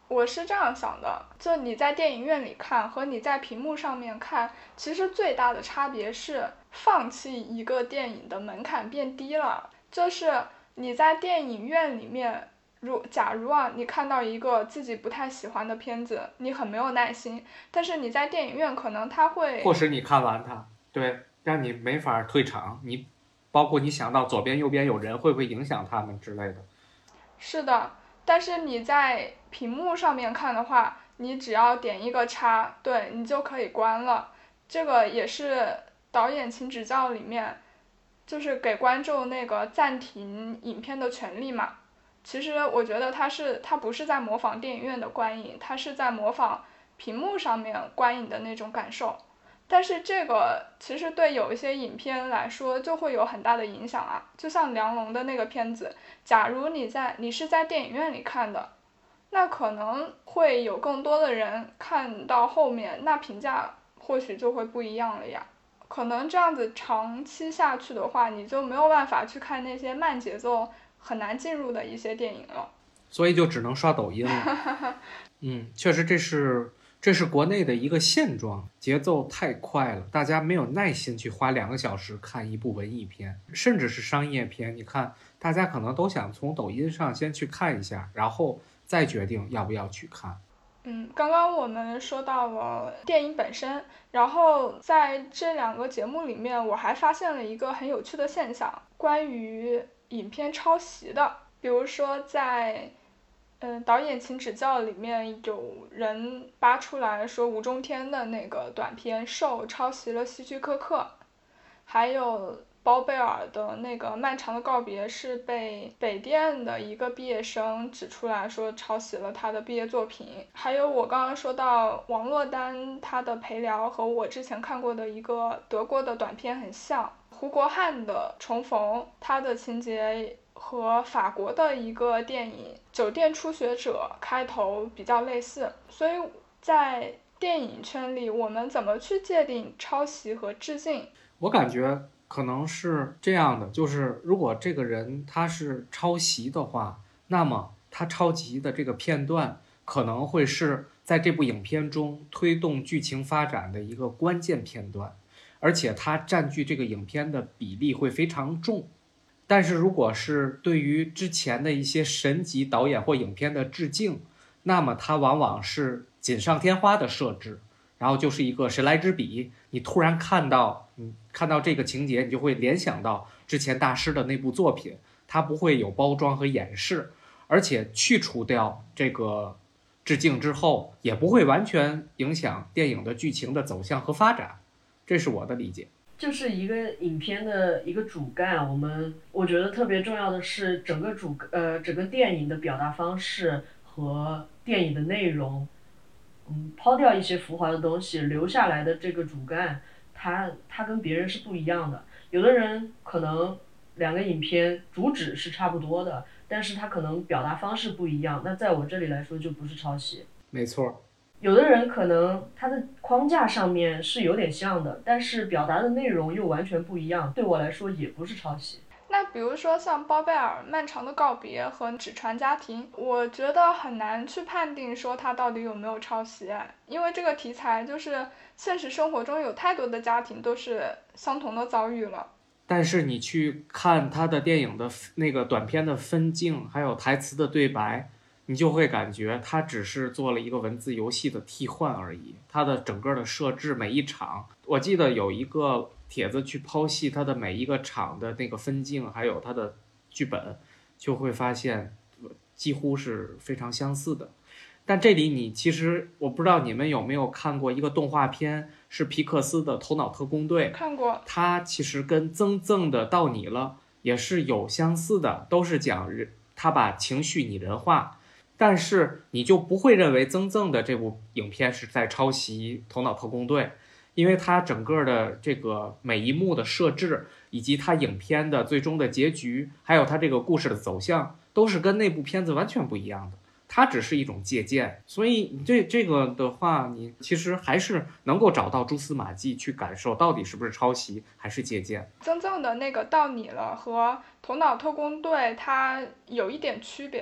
我是这样想的，就你在电影院里看和你在屏幕上面看，其实最大的差别是放弃一个电影的门槛变低了。就是你在电影院里面，假如你看到一个自己不太喜欢的片子，你很没有耐心，但是你在电影院可能它会迫使你看完它，对，让你没法退场，包括你想到左边右边有人会不会影响他们之类的。 是的，但是你在屏幕上面看的话，你只要点一个叉，对，你就可以关了。这个也是导演请指教里面，就是给观众那个暂停影片的权利嘛。其实我觉得他不是在模仿电影院的观影，他是在模仿屏幕上面观影的那种感受。但是这个其实对有一些影片来说就会有很大的影响啊，就像梁龙的那个片子，假如你是在电影院里看的，那可能会有更多的人看到后面，那评价或许就会不一样了呀。可能这样子长期下去的话，你就没有办法去看那些慢节奏很难进入的一些电影了， 所以就只能刷抖音了。确实这是国内的一个现状，节奏太快了，大家没有耐心去花2个小时看一部文艺片，甚至是商业片。你看，大家可能都想从抖音上先去看一下，然后再决定要不要去看。 刚刚我们说到了电影本身，然后在这2个节目里面，我还发现了一个很有趣的现象，关于影片抄袭的。比如说在导演请指教里面有人扒出来说吴中天的那个短片《兽》抄袭了希区柯克，还有包贝尔的那个漫长的告别是被北电的一个毕业生指出来说抄袭了他的毕业作品。还有我刚刚说到王珞丹她的陪聊和我之前看过的一个德国的短片很像，胡国汉的重逢，他的情节和法国的一个电影《酒店初学者》开头比较类似。所以在电影圈里，我们怎么去界定抄袭和致敬？ 我感觉可能是这样的，就是如果这个人他是抄袭的话，那么他抄袭的这个片段可能会是在这部影片中推动剧情发展的一个关键片段，而且它占据这个影片的比例会非常重。但是如果是对于之前的一些神级导演或影片的致敬，那么它往往是锦上添花的设置，然后就是一个神来之笔，你突然看到这个情节，你就会联想到之前大师的那部作品，它不会有包装和掩饰，而且去除掉这个致敬之后，也不会完全影响电影的剧情的走向和发展，这是我的理解。 就是一个影片的一个主干，我觉得特别重要的是整个电影的表达方式和电影的内容，抛掉一些浮华的东西，留下来的这个主干，它跟别人是不一样的。有的人可能2个影片主旨是差不多的，但是他可能表达方式不一样，那在我这里来说就不是抄袭。 没错。 有的人可能他的框架上面是有点像的，但是表达的内容又完全不一样，对我来说也不是抄袭。 那比如说像包贝尔漫长的告别和纸船家庭，我觉得很难去判定说它到底有没有抄袭，因为这个题材就是现实生活中有太多的家庭都是相同的遭遇了。 但是你去看他的电影的那个短片的分镜，还有台词的对白，你就会感觉他只是做了一个文字游戏的替换而已。他的整个的设置，每一场，我记得有一个帖子去剖析他的每一个场的那个分镜，还有他的剧本，就会发现几乎是非常相似的。但这里其实我不知道你们有没有看过一个动画片，是皮克斯的《头脑特工队》。 看过。 它其实跟曾曾的《到你了》也是有相似的，都是讲他把情绪拟人化。但是你就不会认为曾曾的这部影片是在抄袭《头脑特工队》，因为它整个的这个每一幕的设置，以及它影片的最终的结局，还有它这个故事的走向，都是跟那部片子完全不一样的。它只是一种借鉴，所以这个的话，你其实还是能够找到蛛丝马迹，去感受到底是不是抄袭还是借鉴。 曾曾的那个到你了和头脑特工队它有一点区别的，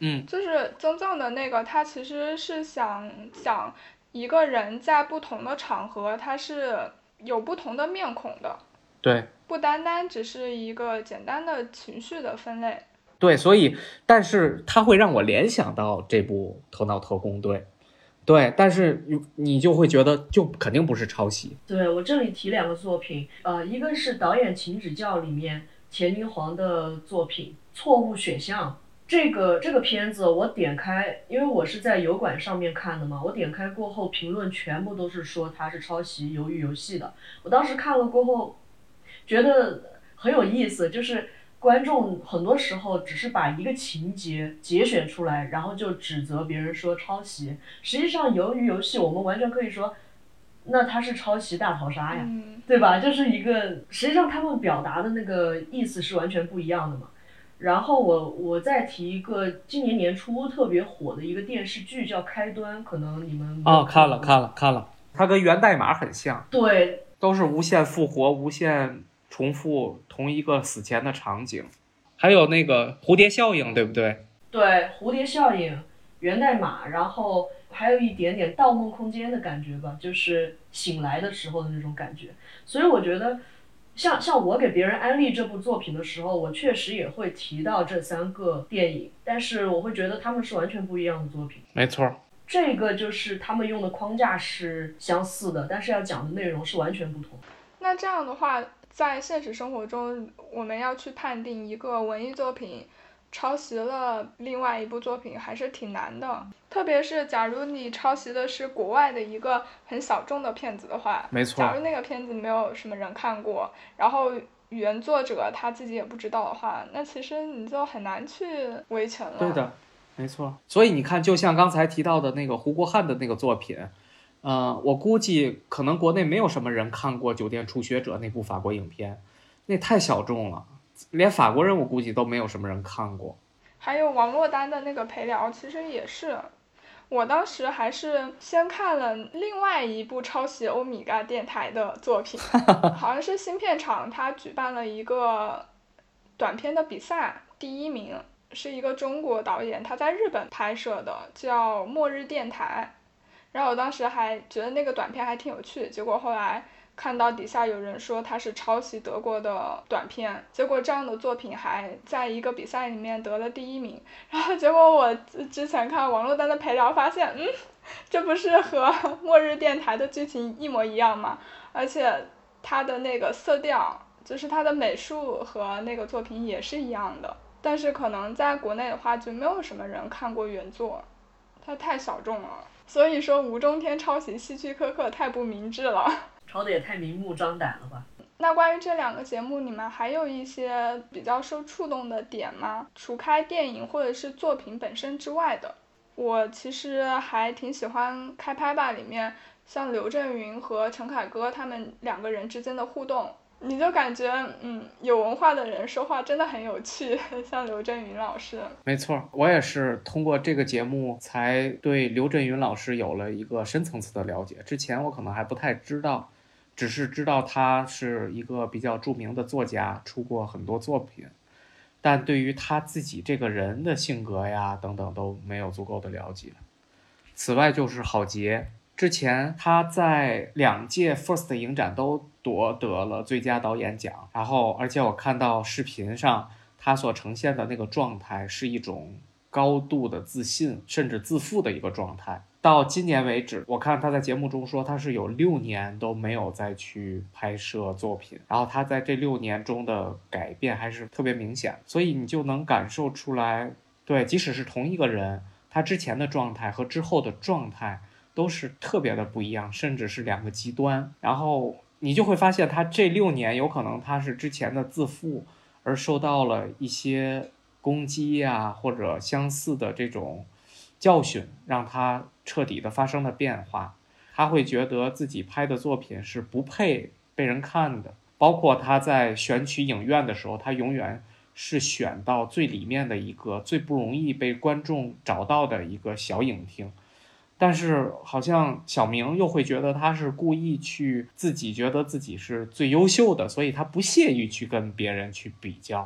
就是曾曾的那个，他其实是想讲一个人在不同的场合他是有不同的面孔的， 对， 不单单只是一个简单的情绪的分类。 对，所以但是它会让我联想到这部《头脑特工队》。对，但是你就会觉得就肯定不是抄袭。 对，我这里提2个作品，一个是导演请指教里面钱宁黄的作品《错误选项》。这个片子我点开，因为我是在油管上面看的嘛，我点开过后评论全部都是说它是抄袭鱿鱼游戏的。我当时看了过后觉得很有意思，就是观众很多时候只是把一个情节节选出来，然后就指责别人说抄袭。实际上鱿鱼游戏我们完全可以说那它是抄袭大逃杀呀，对吧？就是一个实际上他们表达的那个意思是完全不一样的嘛。然后我再提一个今年年初特别火的一个电视剧叫《开端》，可能你们看了，它跟源代码很像， 对， 都是无限复活、无限重复同一个死前的场景。还有那个蝴蝶效应，对不对？ 对，蝴蝶效应、源代码，然后还有一点点《盗梦空间》的感觉吧，就是醒来的时候的那种感觉。所以我觉得像我给别人安利这部作品的时候，我确实也会提到这3个电影，但是我会觉得他们是完全不一样的作品。 没错， 这个就是他们用的框架是相似的，但是要讲的内容是完全不同。 那这样的话，在现实生活中，我们要去判定一个文艺作品抄袭了另外一部作品还是挺难的，特别是假如你抄袭的是国外的一个很小众的片子的话， 没错， 假如那个片子没有什么人看过，然后原作者他自己也不知道的话，那其实你就很难去维权了。 对的，没错。所以你看，就像刚才提到的那个胡国汉的那个作品，我估计可能国内没有什么人看过《酒店初学者》那部法国影片，那太小众了，连法国人我估计都没有什么人看过。 还有王珞丹的那个陪聊，其实也是，我当时还是先看了另外一部抄袭欧米伽电台的作品，好像是新片场他举办了一个短片的比赛，第1名是一个中国导演，他在日本拍摄的，叫《末日电台》。然后我当时还觉得那个短片还挺有趣，结果后来看到底下有人说他是抄袭德国的短片，结果这样的作品还在一个比赛里面得了第1名。然后结果我之前看王珞丹的陪聊发现，这不是和末日电台的剧情一模一样吗？而且它的那个色调，就是它的美术和那个作品也是一样的，但是可能在国内的话就没有什么人看过原作，它太小众了。所以说吴中天抄袭希区柯克太不明智了， 抄的也太明目张胆了吧。 那关于这2个节目，你们还有一些比较受触动的点吗？除开电影或者是作品本身之外的。我其实还挺喜欢《开拍吧》里面像刘震云和陈凯歌他们2个人之间的互动，你就感觉有文化的人说话真的很有趣，像刘震云老师。 没错，我也是通过这个节目才对刘震云老师有了一个深层次的了解，之前我可能还不太知道，只是知道他是一个比较著名的作家，出过很多作品，但对于他自己这个人的性格呀等等都没有足够的了解。此外就是郝杰，之前他在2届 FIRST 影展都夺得了最佳导演奖，然后而且我看到视频上他所呈现的那个状态是一种高度的自信甚至自负的一个状态。到今年为止，我看他在节目中说他是有6年都没有再去拍摄作品，然后他在这6年中的改变还是特别明显，所以你就能感受出来，对，即使是同一个人，他之前的状态和之后的状态都是特别的不一样，甚至是2个极端。然后你就会发现他这6年有可能他是之前的自负而受到了一些攻击呀，或者相似的这种教训，让他彻底的发生了变化。他会觉得自己拍的作品是不配被人看的，包括他在选取影院的时候，他永远是选到最里面的一个最不容易被观众找到的一个小影厅。但是好像小明又会觉得他是故意去自己觉得自己是最优秀的，所以他不屑于去跟别人去比较，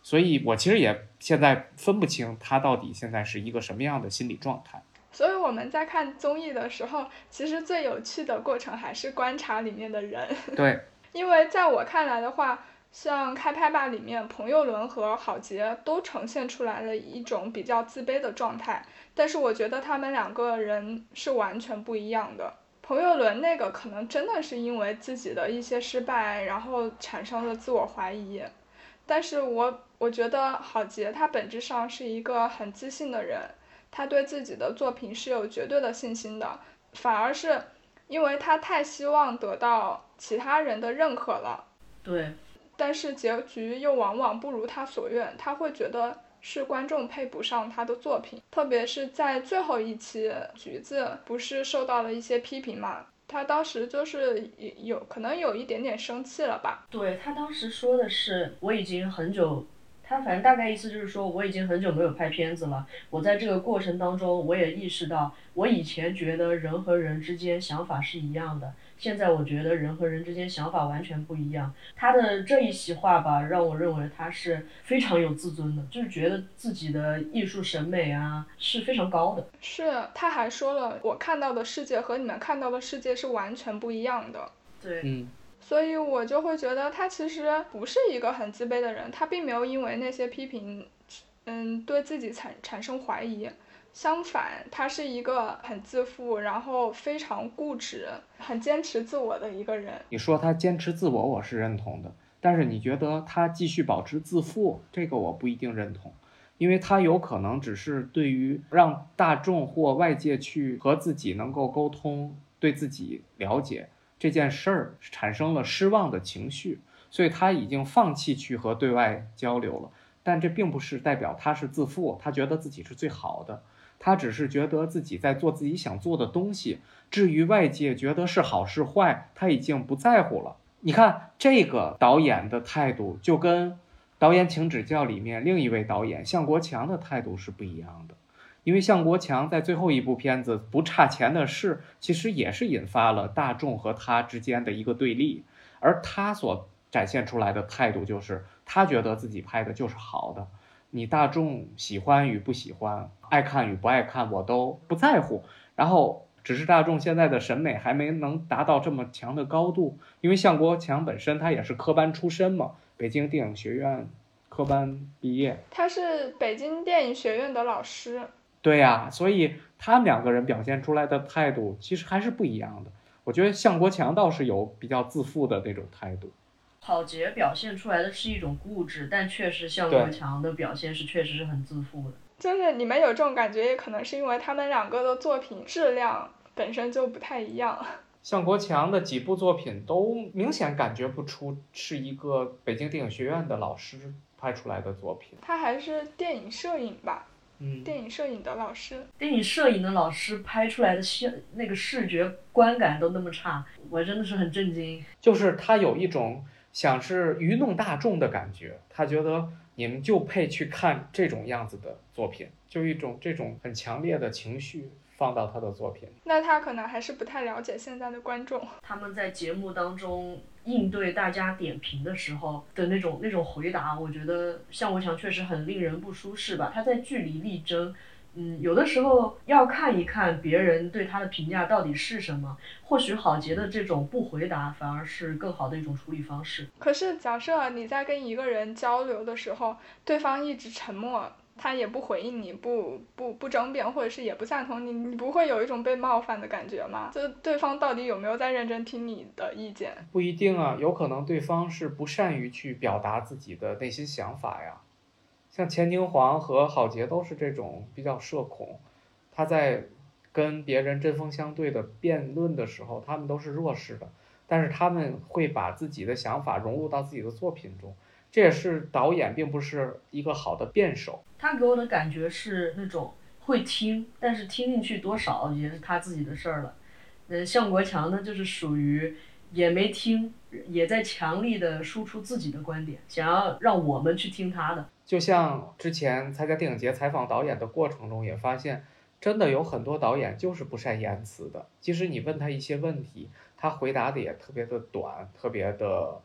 所以我其实也现在分不清他到底现在是一个什么样的心理状态。 所以我们在看综艺的时候，其实最有趣的过程还是观察里面的人。 对， 因为在我看来的话，像《开拍吧》里面，彭佑伦和郝杰都呈现出来了一种比较自卑的状态，但是我觉得他们两个人是完全不一样的。彭佑伦那个可能真的是因为自己的一些失败，然后产生了自我怀疑，但是我觉得郝杰他本质上是一个很自信的人，他对自己的作品是有绝对的信心的，反而是因为他太希望得到其他人的认可了， 对， 但是结局又往往不如他所愿，他会觉得是观众配不上他的作品，特别是在最后一期橘子不是受到了一些批评嘛，他当时就是可能有一点点生气了吧。 对，他当时说的是我已经很久，他反正大概意思就是说我已经很久没有拍片子了，我在这个过程当中我也意识到，我以前觉得人和人之间想法是一样的，现在我觉得人和人之间想法完全不一样。他的这一席话吧，让我认为他是非常有自尊的，就是觉得自己的艺术审美啊是非常高的。 是，他还说了，我看到的世界和你们看到的世界是完全不一样的。 对， 所以我就会觉得他其实不是一个很自卑的人，他并没有因为那些批评，对自己产生怀疑。相反，他是一个很自负，然后非常固执、很坚持自我的一个人。 你说他坚持自我，我是认同的，但是你觉得他继续保持自负，这个我不一定认同，因为他有可能只是对于让大众或外界去和自己能够沟通，对自己了解这件事儿产生了失望的情绪，所以他已经放弃去和对外交流了。但这并不是代表他是自负，他觉得自己是最好的，他只是觉得自己在做自己想做的东西，至于外界觉得是好是坏，他已经不在乎了。你看这个导演的态度，就跟导演请指教里面另一位导演向国强的态度是不一样的。因为向国强在最后一部片子不差钱的事，其实也是引发了大众和他之间的一个对立，而他所展现出来的态度就是他觉得自己拍的就是好的，你大众喜欢与不喜欢，爱看与不爱看我都不在乎，然后只是大众现在的审美还没能达到这么强的高度。因为向国强本身他也是科班出身嘛，北京电影学院科班毕业， 他是北京电影学院的老师。 对呀，所以他们两个人表现出来的态度其实还是不一样的。我觉得向国强倒是有比较自负的那种态度， 郝杰表现出来的是一种固执，但确实向国强的表现是确实是很自负的。 就是你们有这种感觉，也可能是因为他们两个的作品质量本身就不太一样。 向国强的几部作品都明显感觉不出是一个北京电影学院的老师拍出来的作品。 他还是电影摄影吧，电影摄影的老师。 电影摄影的老师拍出来的那个视觉观感都那么差，我真的是很震惊。 就是他有一种想是愚弄大众的感觉，他觉得你们就配去看这种样子的作品，就一种这种很强烈的情绪放到他的作品。 那他可能还是不太了解现在的观众。 他们在节目当中应对大家点评的时候的那种回答，我觉得向国强确实很令人不舒适吧。他在据理力争，有的时候要看一看别人对他的评价到底是什么。或许郝杰的这种不回答反而是更好的一种处理方式。 可是假设你在跟一个人交流的时候，对方一直沉默，他也不回应你，不争辩，或者是也不赞同你，你不会有一种被冒犯的感觉吗？就对方到底有没有在认真听你的意见？ 不一定啊，有可能对方是不善于去表达自己的内心想法呀。像钱宁黄和郝杰都是这种比较社恐，他在跟别人针锋相对的辩论的时候，他们都是弱势的，但是他们会把自己的想法融入到自己的作品中，这也是导演并不是一个好的辩手。 他给我的感觉是那种会听，但是听进去多少也是他自己的事儿了。向国强呢，就是属于也没听，也在强力的输出自己的观点，想要让我们去听他的。 就像之前参加电影节采访导演的过程中也发现，真的有很多导演就是不善言辞的，即使你问他一些问题，他回答的也特别的短，特别的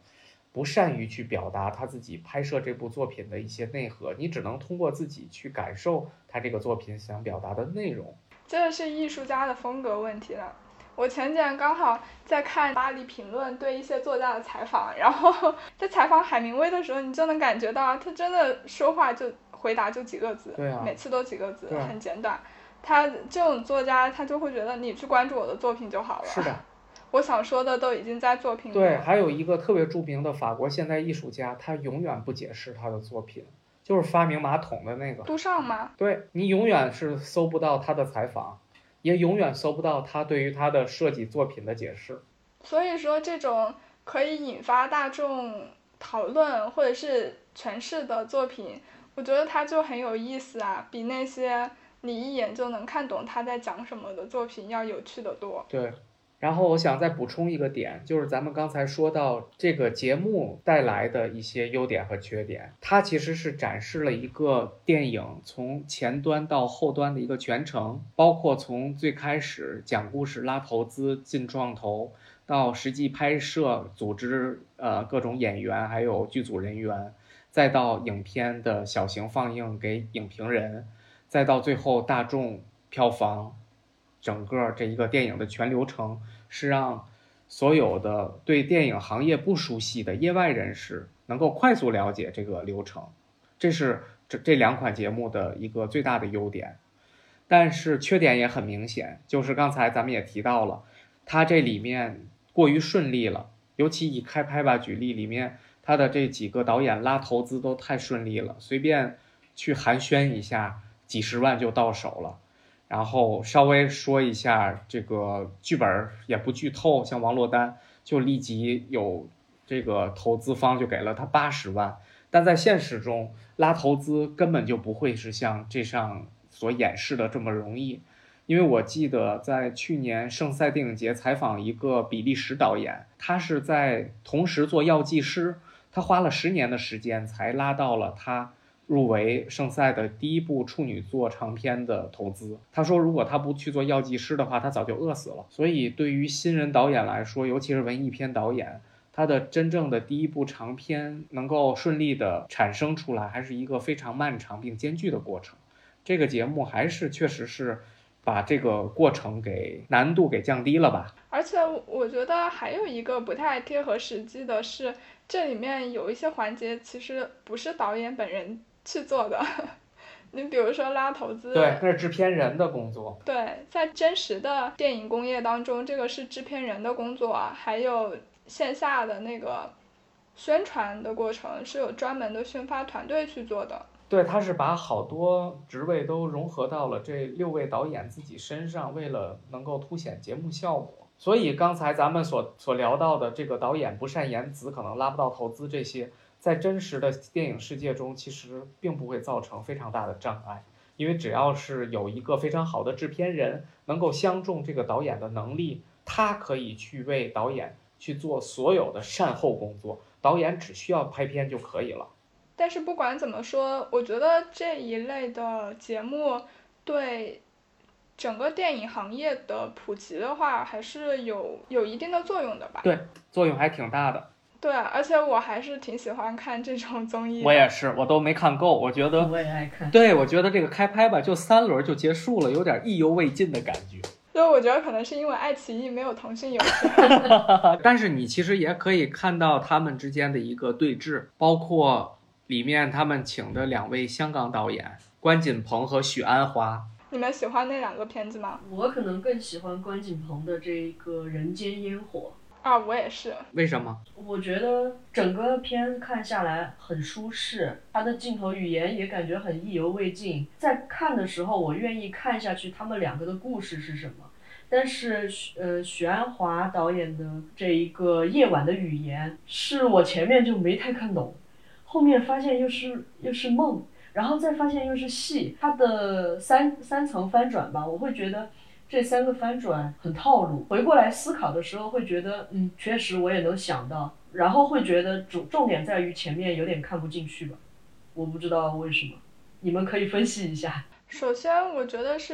不善于去表达他自己拍摄这部作品的一些内核，你只能通过自己去感受他这个作品想表达的内容。 这是艺术家的风格问题了。我前几天刚好在看巴黎评论对一些作家的采访，然后在采访海明威的时候，你就能感觉到他真的说话就回答就几个字， 对啊， 每次都几个字， 对， 很简短。他这种作家，他就会觉得你去关注我的作品就好了。 是的， 我想说的都已经在作品里。 对，还有一个特别著名的法国现代艺术家，他永远不解释他的作品，就是发明马桶的那个杜尚吗？ 对，你永远是搜不到他的采访，也永远搜不到他对于他的设计作品的解释。 所以说，这种可以引发大众讨论或者是诠释的作品，我觉得它就很有意思啊，比那些你一眼就能看懂他在讲什么的作品要有趣得多。 对，然后我想再补充一个点，就是咱们刚才说到这个节目带来的一些优点和缺点，它其实是展示了一个电影从前端到后端的一个全程，包括从最开始讲故事、拉投资、进创投，到实际拍摄、组织各种演员还有剧组人员，再到影片的小型放映给影评人，再到最后大众票房。整个这一个电影的全流程是让所有的对电影行业不熟悉的业外人士能够快速了解这个流程，这是这两款节目的一个最大的优点。但是缺点也很明显，就是刚才咱们也提到了，它这里面过于顺利了，尤其以开拍吧举例，里面他的这几个导演拉投资都太顺利了，随便去寒暄一下几十万就到手了。然后稍微说一下这个剧本也不剧透，像王珞丹就立即有这个投资方就给了他80万，但在现实中拉投资根本就不会是像这上所演示的这么容易。因为我记得在去年圣塞电影节采访一个比利时导演，他是在同时做药剂师，他花了10年的时间才拉到了他入围圣塞的第一部处女作长片的投资。他说如果他不去做药剂师的话，他早就饿死了。所以对于新人导演来说，尤其是文艺片导演，他的真正的第一部长片能够顺利的产生出来，还是一个非常漫长并艰巨的过程。这个节目还是确实是把这个过程给难度给降低了吧。 而且我觉得还有一个不太贴合实际的是，这里面有一些环节其实不是导演本人去做的。你比如说拉投资， 对，那是制片人的工作。 对，在真实的电影工业当中，这个是制片人的工作啊，还有线下的那个宣传的过程是有专门的宣发团队去做的。 对，他是把好多职位都融合到了这6位导演自己身上，为了能够凸显节目效果。所以刚才咱们所聊到的这个导演不善言辞，可能拉不到投资这些，在真实的电影世界中其实并不会造成非常大的障碍，因为只要是有一个非常好的制片人能够相中这个导演的能力，他可以去为导演去做所有的善后工作，导演只需要拍片就可以了。 但是不管怎么说，我觉得这一类的节目对整个电影行业的普及的话，还是有一定的作用的吧？ 对，作用还挺大的。 对，而且我还是挺喜欢看这种综艺的。 我也是，我都没看够，我觉得我也爱看。 对，我觉得这个开拍吧，就3轮就结束了，有点意犹未尽的感觉。 就我觉得可能是因为爱奇艺没有腾讯有钱。 但是你其实也可以看到他们之间的一个对峙，包括里面他们请的2位香港导演关锦鹏和许鞍华。 你们喜欢那2个片子吗？ 我可能更喜欢关锦鹏的这个《人间烟火》。 啊，我也是。 为什么？ 我觉得整个片看下来很舒适，它的镜头语言也感觉很意犹未尽。在看的时候，我愿意看下去他们2个的故事是什么。但是许鞍华导演的这一个夜晚的语言，是我前面就没太看懂，后面发现又是梦，然后再发现又是戏，它的三层翻转吧，我会觉得这3个翻转很套路。回过来思考的时候会觉得确实我也能想到，然后会觉得重点在于前面有点看不进去吧，我不知道为什么，你们可以分析一下。 首先我觉得是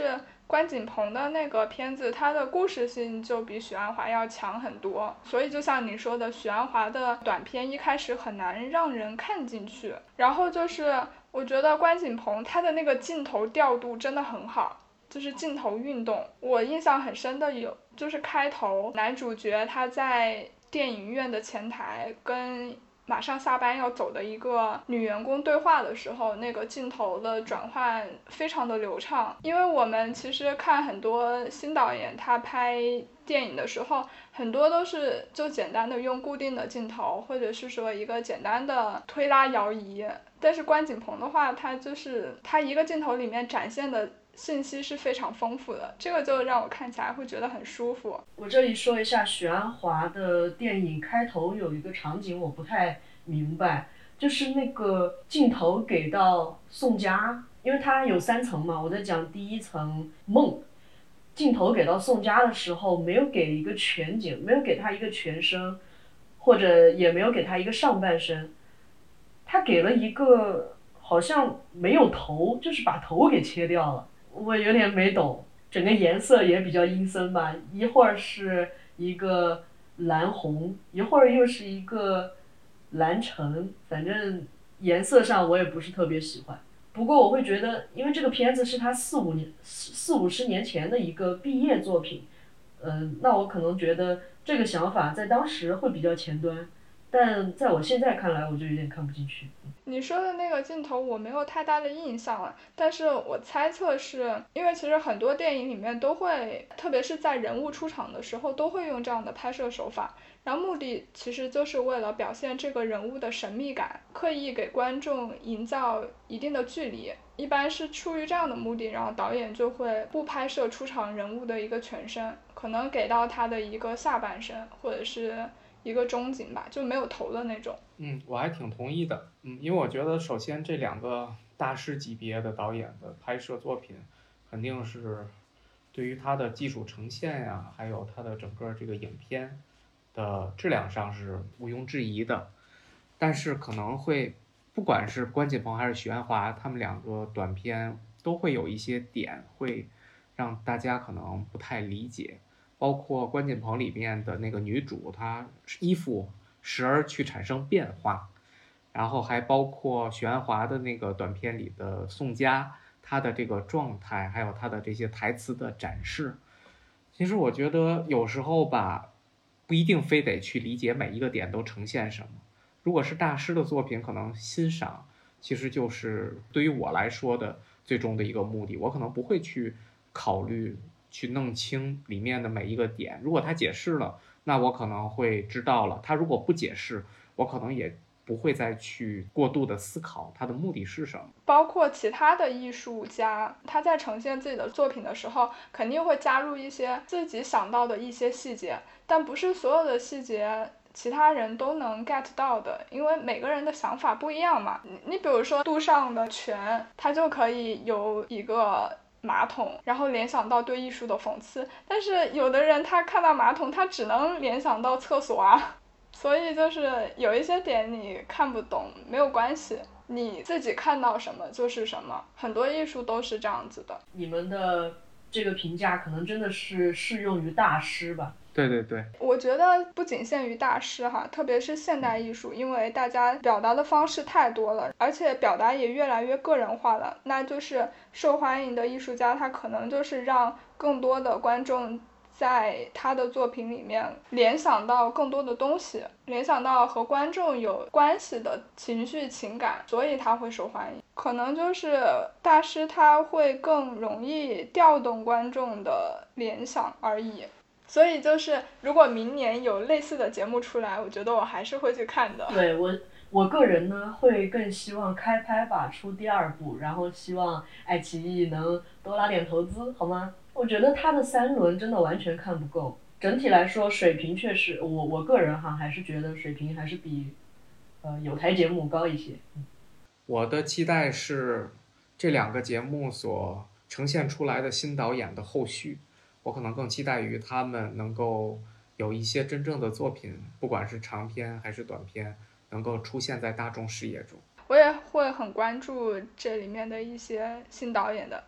关锦鹏的那个片子，它的故事性就比许鞍华要强很多，所以就像你说的，许鞍华的短片一开始很难让人看进去。然后就是我觉得关锦鹏他的那个镜头调度真的很好，就是镜头运动。我印象很深的就是开头男主角他在电影院的前台跟马上下班要走的一个女员工对话的时候，那个镜头的转换非常的流畅。因为我们其实看很多新导演他拍电影的时候，很多都是就简单的用固定的镜头，或者是说一个简单的推拉摇移。但是关锦鹏的话，他就是他一个镜头里面展现的信息是非常丰富的，这个就让我看起来会觉得很舒服。 我这里说一下许鞍华的电影开头有一个场景我不太明白，就是那个镜头给到宋佳，因为它有3层嘛，我在讲第一层梦，镜头给到宋佳的时候没有给一个全景，没有给他一个全身，或者也没有给他一个上半身，他给了一个好像没有头，就是把头给切掉了，我有点没懂。整个颜色也比较阴森吧，一会儿是一个蓝红，一会儿又是一个蓝橙，反正颜色上我也不是特别喜欢。不过我会觉得，因为这个片子是他四五十年前的一个毕业作品，那我可能觉得这个想法在当时会比较前端，但在我现在看来，我就有点看不进去。 你说的那个镜头我没有太大的印象了，但是我猜测是因为其实很多电影里面都会，特别是在人物出场的时候都会用这样的拍摄手法，然后目的其实就是为了表现这个人物的神秘感，刻意给观众营造一定的距离，一般是出于这样的目的，然后导演就会不拍摄出场人物的一个全身，可能给到他的一个下半身或者是一个中景吧，就没有头的那种。 我还挺同意的。因为我觉得首先这2个大师级别的导演的拍摄作品，肯定是对于他的技术呈现呀，还有他的整个这个影片的质量上是毋庸置疑的。但是可能会，不管是关锦鹏还是许鞍华，他们2个短片都会有一些点会让大家可能不太理解。包括关锦鹏里面的那个女主，她衣服时而去产生变化，然后还包括许鞍华的那个短片里的宋佳，她的这个状态，还有她的这些台词的展示。其实我觉得有时候吧，不一定非得去理解每一个点都呈现什么。如果是大师的作品，可能欣赏其实就是对于我来说的最终的一个目的，我可能不会去考虑去弄清里面的每一个点。如果他解释了，那我可能会知道了；他如果不解释，我可能也不会再去过度的思考他的目的是什么。 包括其他的艺术家，他在呈现自己的作品的时候，肯定会加入一些自己想到的一些细节，但不是所有的细节其他人都能 get 到的，因为每个人的想法不一样嘛。你比如说杜尚的泉，他就可以有一个马桶，然后联想到对艺术的讽刺，但是有的人他看到马桶，他只能联想到厕所啊。所以就是有一些点你看不懂没有关系，你自己看到什么就是什么，很多艺术都是这样子的。 你们的这个评价可能真的是适用于大师吧？ 对对对， 我觉得不仅限于大师哈，特别是现代艺术，因为大家表达的方式太多了，而且表达也越来越个人化了，那就是受欢迎的艺术家他可能就是让更多的观众在他的作品里面联想到更多的东西，联想到和观众有关系的情绪情感，所以他会受欢迎。可能就是大师他会更容易调动观众的联想而已。所以就是如果明年有类似的节目出来，我觉得我还是会去看的。 对，我个人呢会更希望开拍吧出第2部，然后希望爱奇艺能多拉点投资，好吗？我觉得他的3轮真的完全看不够，整体来说水平确实，我个人还是觉得水平还是比有台节目高一些。 我的期待是这2个节目所呈现出来的新导演的后续，我可能更期待于他们能够有一些真正的作品，不管是长片还是短片，能够出现在大众视野中。 我也会很关注这里面的一些新导演的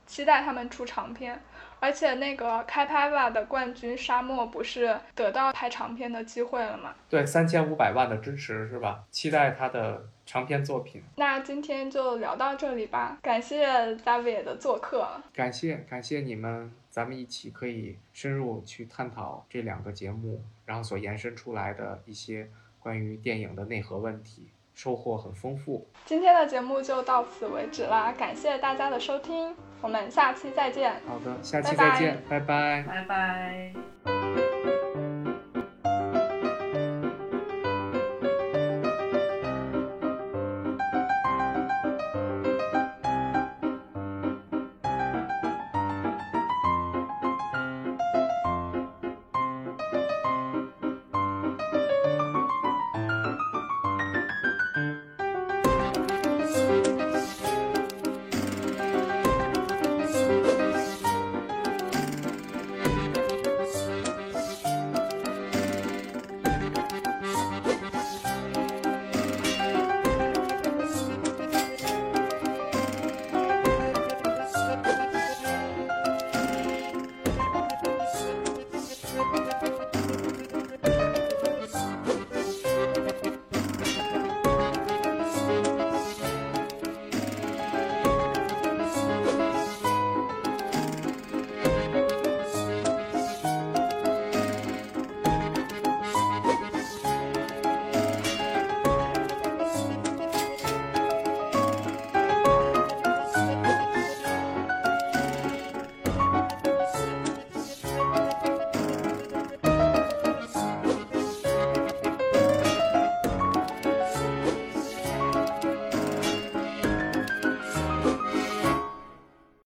期待他们出长片。而且那个开拍吧的冠军沙漠不是得到拍长片的机会了吗？ 对，3500万的支持是吧？期待他的长篇作品。 那今天就聊到这里吧，感谢 David 的做客。 感谢你们，咱们一起可以深入去探讨这2个节目，然后所延伸出来的一些关于电影的内核问题，收获很丰富。 今天的节目就到此为止啦，感谢大家的收听，我们下期再见。 好的，下期再见，拜拜。 拜拜。